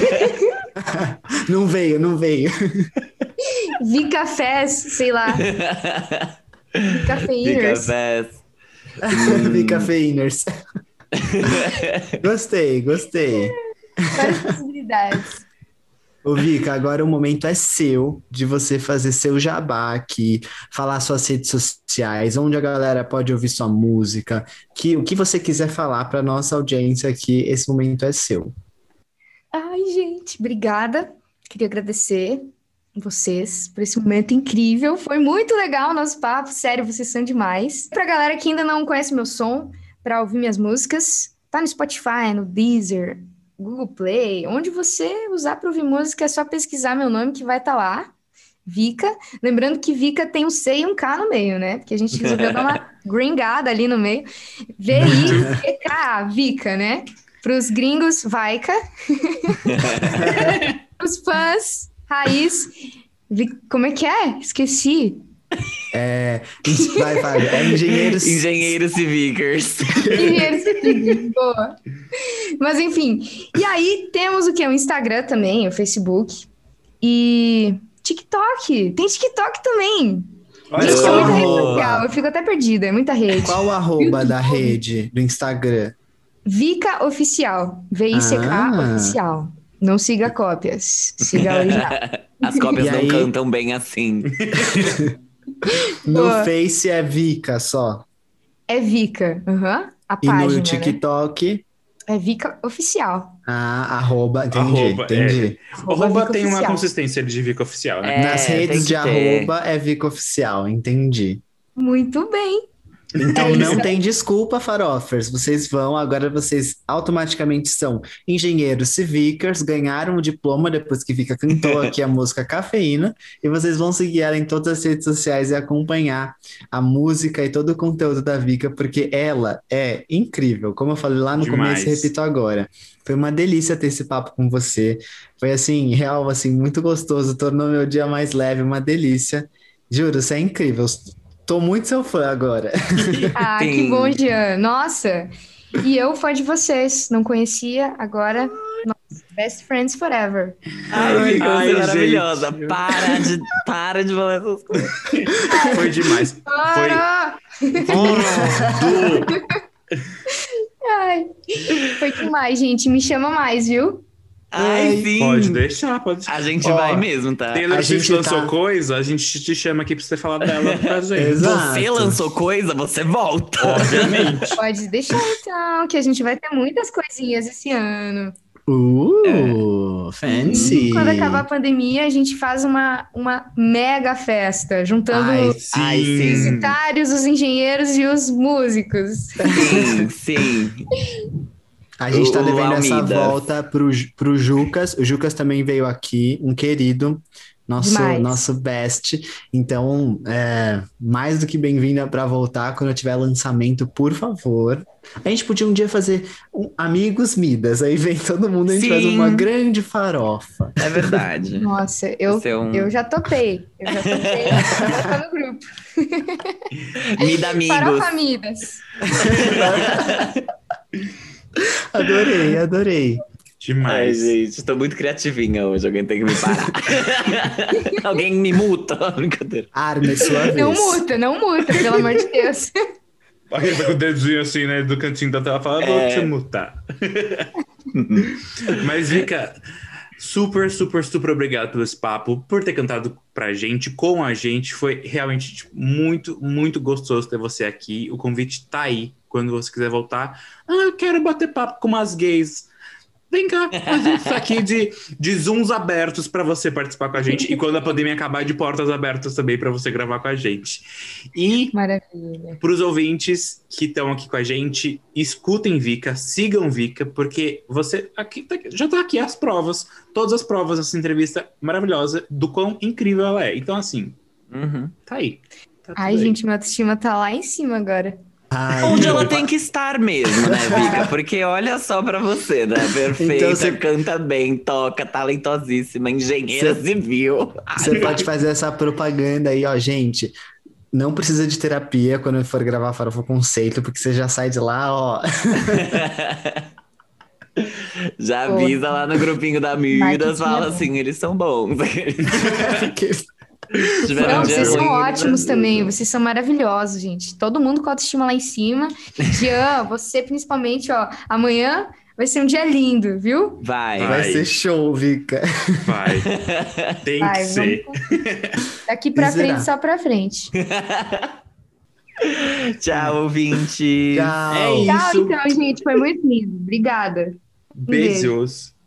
Não veio. Vi cafés, sei lá. Vi cafeínas. Cafés. Vi cafeiners. Gostei. Várias possibilidades. Ô, Vika, agora o momento é seu, de você fazer seu jabá aqui, falar suas redes sociais, onde a galera pode ouvir sua música, o que você quiser falar para nossa audiência aqui, esse momento é seu. Ai, gente, obrigada. Queria agradecer vocês por esse momento incrível. Foi muito legal o nosso papo, sério, vocês são demais. Pra galera que ainda não conhece meu som, pra ouvir minhas músicas, tá no Spotify, no Deezer, Google Play, onde você usar para ouvir música, é só pesquisar meu nome que vai estar lá. Vika. Lembrando que Vika tem um C e um K no meio, né? Porque a gente resolveu dar uma gringada ali no meio. V-I-C-K-A, Vika, né? Para os gringos, Vaika. Os fãs, Raiz. Como é que é? Esqueci. Vai. É engenheiros. Engenheiros Civicers. Engenheiros civis, boa. Mas enfim. E aí temos o quê? O Instagram também, o Facebook. E TikTok. Tem TikTok também. Olha Gente, é só. muita rede social. Eu fico até perdida, é muita rede. Qual o arroba da rede do Instagram? Vika Oficial. V-I-C-K Oficial. Não siga cópias. Siga a original. As cópias E não aí? cantam bem assim. No Boa. Face é Vika só. É Vika. A E página, no né? TikTok, É Vika Oficial. arroba. Entendi. Arroba tem uma oficial. consistência de Vika oficial, né? Nas tem redes que de ter. arroba é Vika Oficial, entendi. Muito bem. Então É não isso. tem desculpa, farofers. Agora vocês automaticamente são engenheiros civicers, ganharam o diploma depois que Vika cantou aqui a música Cafeína, e vocês vão seguir ela em todas as redes sociais e acompanhar a música e todo o conteúdo da Vika, porque ela é incrível. Como eu falei lá no Demais. começo e repito agora. Foi uma delícia ter esse papo com você. Foi assim, real, assim, muito gostoso, tornou meu dia mais leve, uma delícia. Juro, você é incrível. Tô muito seu fã agora. Ah, Sim. que bom, Jean. Nossa. E eu, fã de vocês. Não conhecia, agora... Nossa, best friends forever. Ai, Vika, você Ai, é maravilhosa. gente. Para de falar essas coisas. Foi demais. Foi Para! tudo. Ai, foi demais, gente. Me chama mais, viu? Ai, sim. Pode deixar, pode. A gente Ó, vai mesmo, tá? Taylor a Swift gente lançou tá- coisa, a gente te chama aqui pra você falar dela pra gente. Exato. Você lançou coisa, você volta. Obviamente. Pode deixar, então, que a gente vai ter muitas coisinhas esse ano. Fancy. Quando acabar a pandemia, a gente faz uma mega festa, juntando Ai, os Ai, sim. publicitários, os engenheiros e os músicos. Sim, sim. A gente tá O devendo essa Almidas. volta pro Jucas. O Jucas também veio aqui, um querido, Demais. nosso best. Então, mais do que bem-vinda para voltar quando tiver lançamento, por favor. A gente podia um dia fazer Amigos Midas, aí vem todo mundo, a gente faz Sim. uma grande farofa. É verdade. Nossa, eu Você é um- já topei. Eu já topei. Eu vou no grupo. Me dá amigos. Farofa Amidas. Adorei. Ai, Demais. gente, tô muito criativinha hoje. Alguém tem que me parar. Alguém me multa. Brincadeira. Arme, sua vez. Não muta, pelo amor de Deus. Alguém tá com o dedinho assim, né, do cantinho da tela, fala, vou te mutar. Mas, Vika, super obrigado pelo esse papo, por ter cantado pra gente, com a gente. Foi realmente tipo, muito gostoso ter você aqui. O convite tá aí, quando você quiser voltar. Eu quero bater papo com umas gays. Vem cá, a gente tá aqui de Zooms abertos pra você participar com a gente. E quando a pandemia acabar, de portas abertas também pra você gravar com a gente. E Maravilha. para os ouvintes que estão aqui com a gente, escutem Vika, sigam Vika, porque você aqui já tá aqui as provas, todas as provas dessa entrevista maravilhosa do quão incrível ela é. Então, assim, tá aí. Tá Ai, tudo aí. gente, minha autoestima tá lá em cima agora. Ai, Onde ela opa. tem que estar mesmo, né, Vika? Porque olha só pra você, né? Perfeita, Então você- canta bem, toca, talentosíssima, engenheira civil. Você pode fazer essa propaganda aí, ó, gente. Não precisa de terapia quando for gravar Farofa Conceito, porque você já sai de lá, ó. Já avisa lá no grupinho da Midas, Marketing fala é bom. assim, eles são bons. Tiveram Não, um dia vocês são ruim, eles ótimos ajudam. também, vocês são maravilhosos, gente. Todo mundo com a autoestima lá em cima. Jean, você principalmente, ó, amanhã vai ser um dia lindo, viu? Vai. Vai ser show, Vika. Vai. Tem Vai, que ser. Daqui pra E será? frente, só pra frente. Tchau, ouvinte. Tchau. É Tchau, isso. então, gente. Foi muito lindo. Obrigada. Beijos.